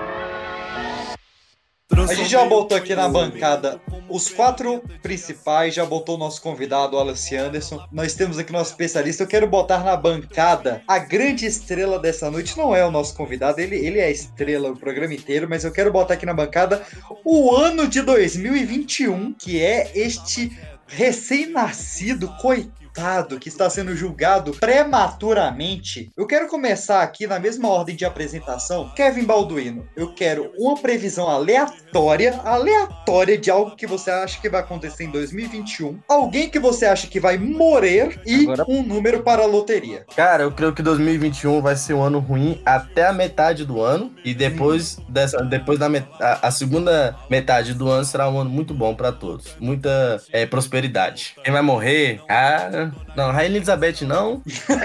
A gente já botou aqui na bancada os quatro principais, já botou o nosso convidado, o Wallace Anderson. Nós temos aqui nosso especialista. Eu quero botar na bancada a grande estrela dessa noite. Não é o nosso convidado, ele, ele é a estrela o programa inteiro, mas eu quero botar aqui na bancada o ano de dois mil e vinte e um, que é este recém-nascido, coitado, que está sendo julgado prematuramente. Eu quero começar aqui na mesma ordem de apresentação. Kevin Balduino, eu quero uma previsão aleatória, aleatória de algo que você acha que vai acontecer em dois mil e vinte e um, alguém que você acha que vai morrer e Agora- um número para a loteria. Cara, eu creio que dois mil e vinte e um vai ser um ano ruim até a metade do ano. E depois dessa, depois da met- a, a segunda metade do ano será um ano muito bom pra todos. Muita é, prosperidade. Quem vai morrer? Cara, não, Rainha Elizabeth não.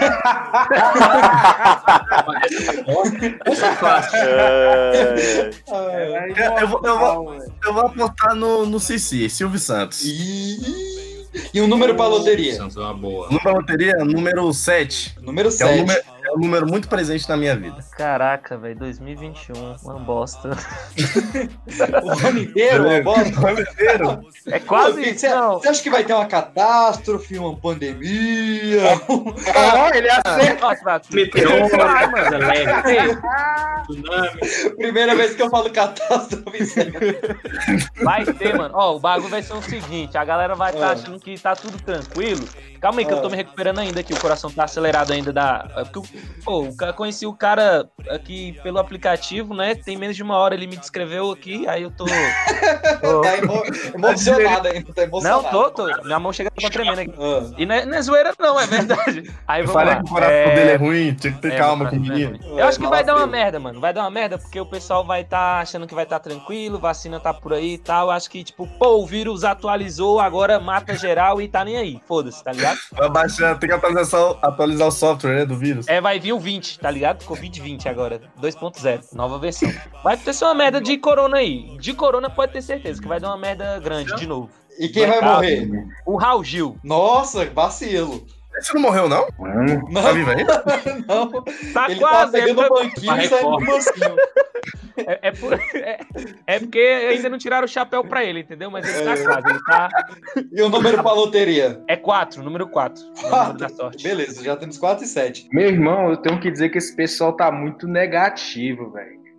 É... Eu, eu vou, eu, vou, eu vou apostar no, no Cici, Silvio Santos. E, e um número para a loteria. Santos é uma boa. Número da loteria, número sete. Número Que é um sete. número, é um número muito presente na minha vida. Caraca, velho, dois mil e vinte e um, uma bosta. O ano inteiro, uma bosta. O ano inteiro. É quase Pô, isso, você, não. você acha que vai ter uma catástrofe, uma pandemia? Ah, ele acerta. Nossa, vai- Meteoro, Vai, mano. coisa leve. Ei, tsunami. Primeira vez que eu falo catástrofe. sério. Vai ter, mano. Ó, o bagulho vai ser o seguinte: a galera vai estar Ah. achando que tá tudo tranquilo. Calma aí, que Ah. eu tô me recuperando ainda aqui. O coração tá acelerado ainda da. é porque, pô, o cara- conheci o cara aqui pelo aplicativo, né? Tem menos de uma hora ele me descreveu aqui, aí eu tô. tô- Tá emo- emocionado ainda, tá Não, emocionado. tô, tô. Minha mão chega pra tremendo aqui. Ah. E não é, não é zoeira, não, é verdade. Aí Eu vamos falei lá. que o coração É, dele é ruim, tinha que ter É, calma meu com o coração é menino. ruim. Eu acho que vai dar uma Fala, merda, mano. Vai dar uma merda porque o pessoal vai estar achando que vai estar tranquilo, vacina tá por aí e tal. Acho que, tipo, pô, o vírus atualizou, agora mata geral e tá nem aí. Foda-se, tá ligado? Vai baixar, tem que atualizar, só- atualizar o software, né, do vírus. É, vai vir o vinte, tá ligado? Covid vinte agora, dois ponto zero, nova versão. Vai ter só uma merda de corona aí. De corona pode ter certeza que vai dar uma merda grande de novo. E quem vai Vai tá. morrer? O Raul Gil. Nossa, vacilo. Você não morreu, não? Não, Tá vivo aí? não. Tá Ele tá quase, pegando é, o banquinho e saindo do mansinho. é, é, por- é- é porque ainda não tiraram o chapéu pra ele, entendeu? Mas ele tá quase, ele tá... E o número pra loteria? É quatro, número quatro. É o número Quatro. da sorte. Beleza, já temos quatro e sete. Meu irmão, eu tenho que dizer que esse pessoal tá muito negativo, velho.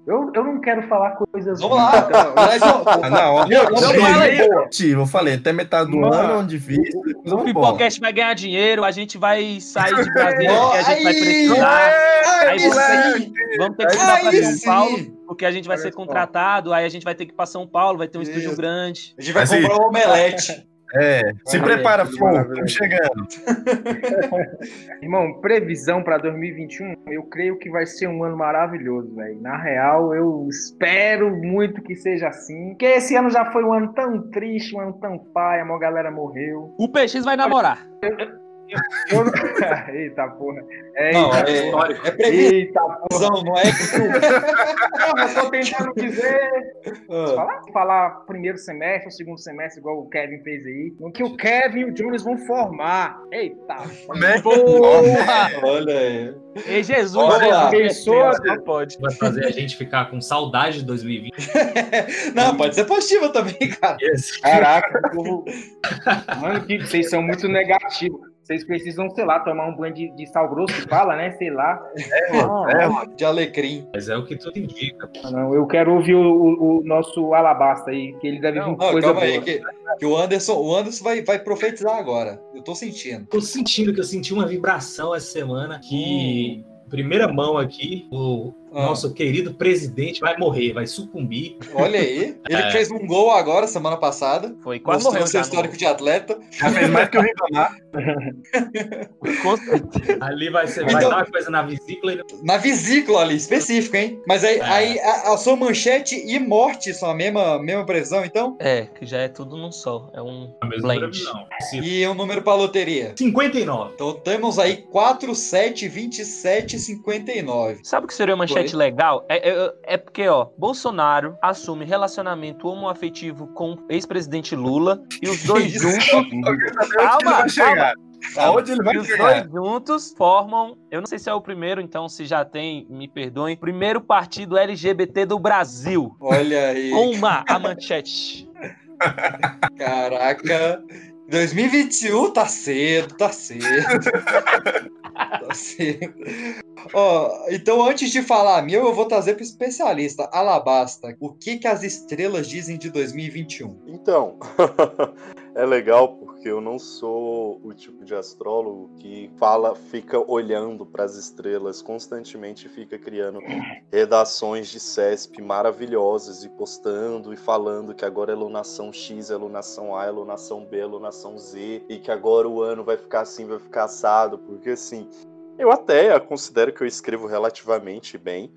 Eu, eu não quero falar coisas. Vamos lá. Então, Mas, ó, Ah, não, ó, Meu, eu não falei, falei, eu falei, até metade do Mano, ano, onde difícil. O Pipocast vai ganhar dinheiro, a gente vai sair de Brasília, Ó, porque a gente vai aí, precisar. aí, Aí você- aí, Vamos ter que mudar pra aí São sim. Paulo, porque a gente vai Olha ser só. contratado, aí a gente vai ter que ir pra São Paulo, vai ter um Isso. estúdio grande. A gente vai Mas e- comprar um omelete. É, se Olha, prepara, que Flor, maravilha. estamos chegando. Irmão, previsão pra dois mil e vinte e um, eu creio que vai ser um ano maravilhoso, velho. Na real, eu espero muito que seja assim. Porque esse ano já foi um ano tão triste, um ano tão paia, a maior galera morreu. O P X vai namorar. Eu não... Eita porra. É, Não, eita, é, porra. é previsão, Eita porra. não é que Não, eu tô tentando dizer. Ah. Falar, falar primeiro semestre ou segundo semestre, igual o Kevin fez aí. No que o Kevin e o Jones vão formar. Eita. Né? Porra! Olha aí. Ei, Jesus, Vamos velho, lá. Pensou? não pode. Vai fazer a gente ficar com saudade de dois mil e vinte. Não, pode ser positivo também, cara. Caraca, povo... Mano, que vocês são muito negativos. Vocês precisam, sei lá, tomar um banho de, de sal grosso, que fala, né? Sei lá. É, é, mano. De alecrim. Mas é o que tudo indica. Ah, não, eu quero ouvir o, o- o nosso Alabasta aí, que ele deve vir com Não, coisa calma boa. aí, que, que o Anderson, o Anderson vai, vai profetizar agora. Eu tô sentindo. Tô sentindo que eu senti uma vibração essa semana que, primeira mão aqui, o Ah. nosso querido presidente vai morrer, vai sucumbir. Olha aí. Ele É. fez um gol agora, semana passada. Foi, quase Mostrou morreu seu já. histórico de atleta. Já fez mais que eu reclamar. Com certeza. Ali vai, ser, vai Então- dar uma coisa na vesícula e Na vesícula ali, específico, hein? Mas aí, É. aí a, a sua manchete e morte são a mesma, mesma previsão, então? É, que já é tudo num só. É um a mesma blend. previsão. Se- E um número pra loteria. cinquenta e nove. Então temos aí quatro, sete, vinte e sete, cinquenta e nove. Sabe o que seria uma manchete Foi. legal? É, é, é porque, ó, Bolsonaro assume relacionamento homoafetivo com o ex-presidente Lula e os dois Isso. juntos. Onde ele Calma, vai chegar? Aonde ele vai E os chegar? dois juntos formam, eu não sei se é o primeiro, então se já tem, me perdoem, primeiro partido L G B T do Brasil. Olha aí. Uma a manchete. Caraca. dois mil e vinte e um tá cedo, tá cedo. Tá cedo. Ó, então antes de falar a minha, eu vou trazer pro especialista, Alabasta. O que que as estrelas dizem de dois mil e vinte e um? Então, é legal porque eu não sou o tipo de astrólogo que fala, fica olhando para as estrelas constantemente, fica criando redações de C E S P maravilhosas e postando e falando que agora é lunação X, é lunação A, é lunação B, é lunação Z, e que agora o ano vai ficar assim, vai ficar assado, porque assim, eu até considero que eu escrevo relativamente bem.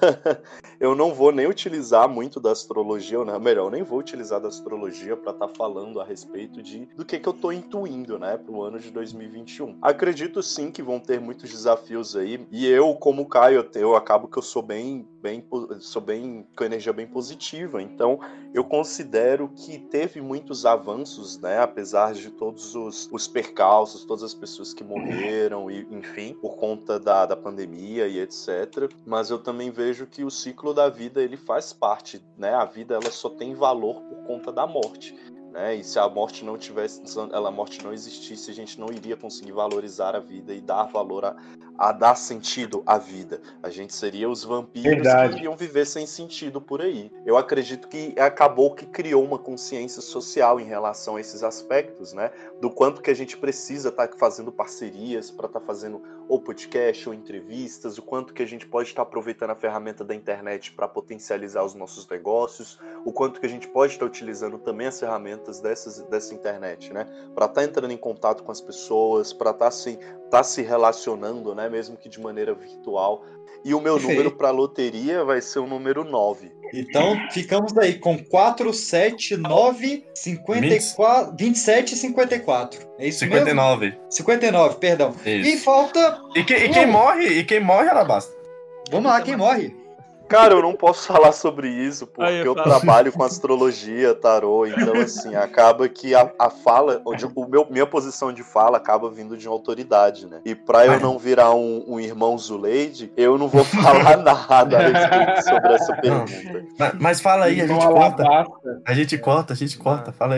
Eu não vou nem utilizar muito da astrologia, ou não, melhor, eu nem vou utilizar da astrologia para estar falando a respeito de do que, que eu tô intuindo, né, pro ano de dois mil e vinte e um. Acredito sim que vão ter muitos desafios aí, e eu, como Caio, eu, eu acabo que eu sou bem, bem, sou bem, com energia bem positiva, então eu considero que teve muitos avanços, né, apesar de todos os, os percalços, todas as pessoas que morreram, e enfim, por conta da, da pandemia e etcétera. Mas eu também vejo que o ciclo da vida, ele faz parte, né, a vida ela só tem valor por conta da morte. Né? E se a morte não tivesse, se a morte não existisse, a gente não iria conseguir valorizar a vida e dar valor a, a dar sentido à vida. A gente seria os vampiros Verdade. que iriam viver sem sentido por aí. Eu acredito que acabou que criou uma consciência social em relação a esses aspectos, né? Do quanto que a gente precisa estar fazendo parcerias para estar fazendo ou podcast ou entrevistas, o quanto que a gente pode estar aproveitando a ferramenta da internet para potencializar os nossos negócios, o quanto que a gente pode estar utilizando também as ferramentas Dessas, dessa internet, né? Para estar entrando em contato com as pessoas, para estar se, tá se relacionando, né? Mesmo que de maneira virtual. E o meu número para loteria vai ser o número nove. Então, ficamos aí com quatro, sete, nove, cinquenta e quatro, vinte e sete e cinquenta e quatro. É isso cinquenta e nove. mesmo? cinquenta e nove, perdão. Isso. E falta... E, que, e quem morre, e quem morre, Alabasta? Vamos lá, quem morre? Cara, eu não posso falar sobre isso, porque Aí, eu fala. trabalho com astrologia, tarô, então assim, acaba que a, a fala, onde o meu, minha posição de fala acaba vindo de uma autoridade, né? E pra eu não virar um, um irmão Zuleide, eu não vou falar nada a respeito sobre essa pergunta. Mas, mas fala aí, a gente Irmão corta. Alabasta. A gente corta, a gente corta, fala aí.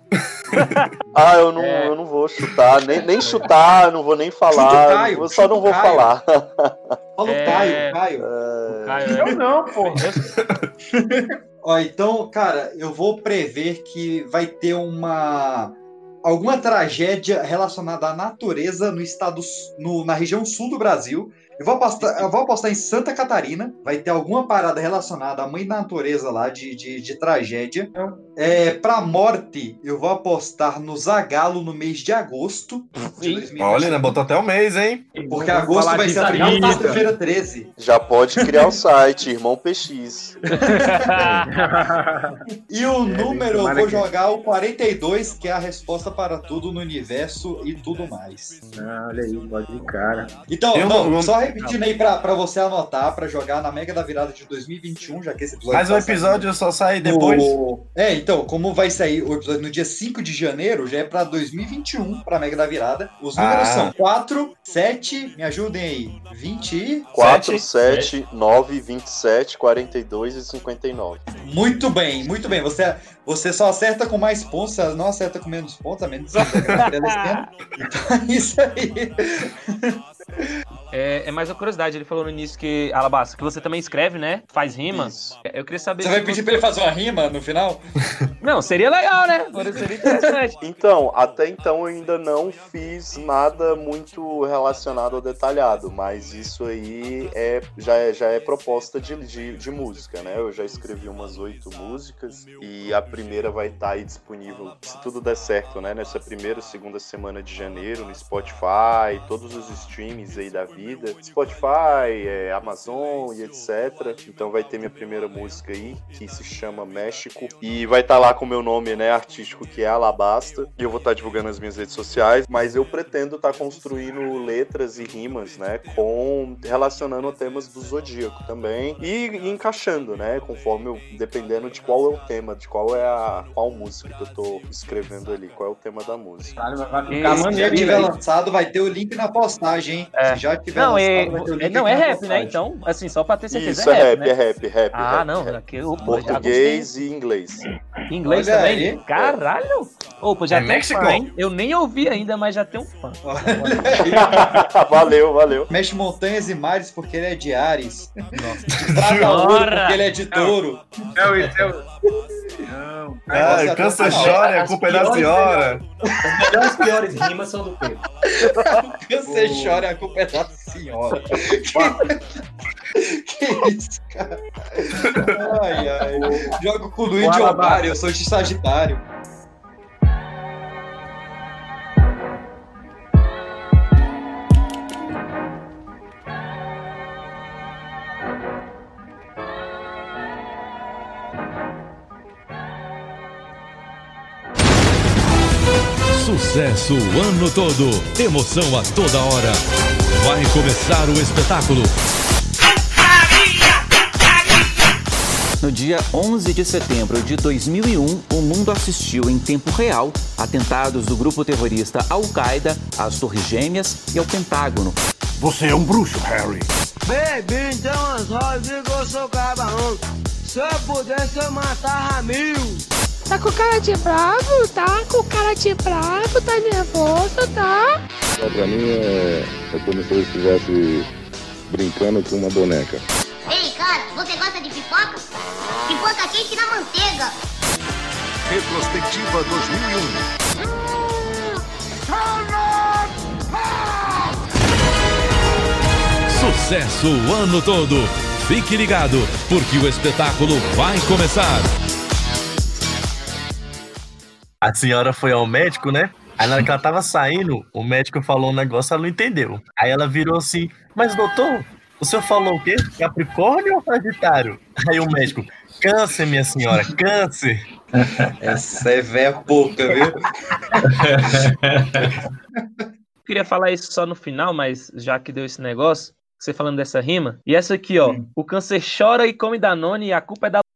Ah, eu não, É. eu não vou chutar, nem, nem chutar, não vou nem falar, Chuta o Caio, eu só chuta não o vou Caio. falar. Fala o É. Caio, Caio. É, Caio, é. Eu não, pô. Ó, então, cara, eu vou prever que vai ter uma alguma tragédia relacionada à natureza no estado no, na região sul do Brasil. Eu vou apostar, eu vou apostar em Santa Catarina. Vai ter alguma parada relacionada à mãe da natureza lá de, de, de tragédia. É, pra morte, eu vou apostar no Zagalo no mês de agosto de dois mil e vinte. Olha, né? Botou até o mês, hein? Porque Vamos agosto falar vai de ser a primeira Zagalo. sexta-feira treze. já pode criar o site, Irmão P X. E o número, eu tomara vou que- jogar o quarenta e dois, que é a resposta para tudo no universo e tudo mais. Ah, olha aí, pode ir, cara. Então, Eu não, não- eu- só repetindo aí pra, pra você anotar, pra jogar na Mega da Virada de dois mil e vinte e um, já que esse episódio Mas o tá episódio só sai saindo depois. no- É, então, como vai sair o episódio no dia cinco de janeiro, já é pra dois mil e vinte e um, pra Mega da Virada. Os números Ah. são quatro, sete, me ajudem aí, vinte e... quatro, sete, nove, vinte e sete, quarenta e dois e cinquenta e nove. Muito bem, muito bem. Você, você só acerta com mais pontos, você não acerta com menos pontos, a menos que a Gabriela esquenta. Então é isso aí. É, é mais uma curiosidade, ele falou no início que, Alabasta, que você também escreve, né? Faz rima. Isso. Eu queria saber... Você se vai pedir pra ele fazer uma rima no final? Não, seria legal, né? Seria interessante. Então, até então eu ainda não fiz nada muito relacionado ao detalhado, mas isso aí é, já, é, já é proposta de, de, de música, né? Eu já escrevi umas oito músicas e a primeira vai estar aí disponível, se tudo der certo, né? Nessa primeira, segunda semana de janeiro, no Spotify, todos os streams aí da vida, Spotify, é, Amazon e etcétera. Então vai ter minha primeira música aí, que se chama México, e vai estar lá com o meu nome, né, artístico, que é Alabasta, e eu vou estar divulgando nas minhas redes sociais, mas eu pretendo estar construindo letras e rimas, né, com relacionando temas do Zodíaco também, e, e encaixando, né, conforme eu, dependendo de qual é o tema, de qual é a qual música que eu tô escrevendo ali, qual é o tema da música. Caralho, vai E- ficar Se já maneiro, tiver hein, velho? lançado, vai ter o link na postagem, hein? É. Se já tiver Não, lançado, é, vai ter o link é, não, aqui é na rap, né? postagem. Então, assim, só pra ter certeza, Isso, é rap, é né? rap, é rap, Ah, rap, não, rap. aqui, opa, já Português e inglês. gostei. Inglês Olha também? aí. Caralho! Opa, já É tem México? um fã, hein? Eu nem ouvi ainda, mas já tem um fã. Valeu, valeu. Mexe montanhas e mares porque ele é de Ares. Nossa. Trata ouro Ora. porque ele é de touro. Não, isso é o- Não. Negócio Ah, é cansa até- chora, a As culpa é da piores senhora. As melhores piores rimas são do Pedro. Você chora, a culpa é da senhora. Que isso, cara? Ai, ai. Jogo com o Luiz de Bora, Otário, eu sou de Sagitário. Sucesso o ano todo, emoção a toda hora. Vai começar o espetáculo. No dia onze de setembro de dois mil e um, o mundo assistiu em tempo real atentados do grupo terrorista Al-Qaeda às Torres Gêmeas e ao Pentágono. Você é um bruxo, Harry. Baby, então as rosas eu sou cabarão. Se eu pudesse, eu matava mil. Tá com cara de bravo, tá? Com cara de bravo, tá nervoso, tá? Pra mim é, é como se eu estivesse brincando com uma boneca. Ei, cara, você gosta de pipoca? Pipoca quente na manteiga. Retrospectiva dois mil e um. Sucesso o ano todo. Fique ligado, porque o espetáculo vai começar. A senhora foi ao médico, né? Aí na hora que ela tava saindo, o médico falou um negócio, ela não entendeu. Aí ela virou assim, mas doutor, o senhor falou o quê? Capricórnio ou Sagitário? Aí o médico, câncer, minha senhora, câncer. Essa é véia pouca, viu? Queria falar isso só no final, mas já que deu esse negócio, você falando dessa rima. E essa aqui, ó. O câncer chora e come Danone e a culpa é da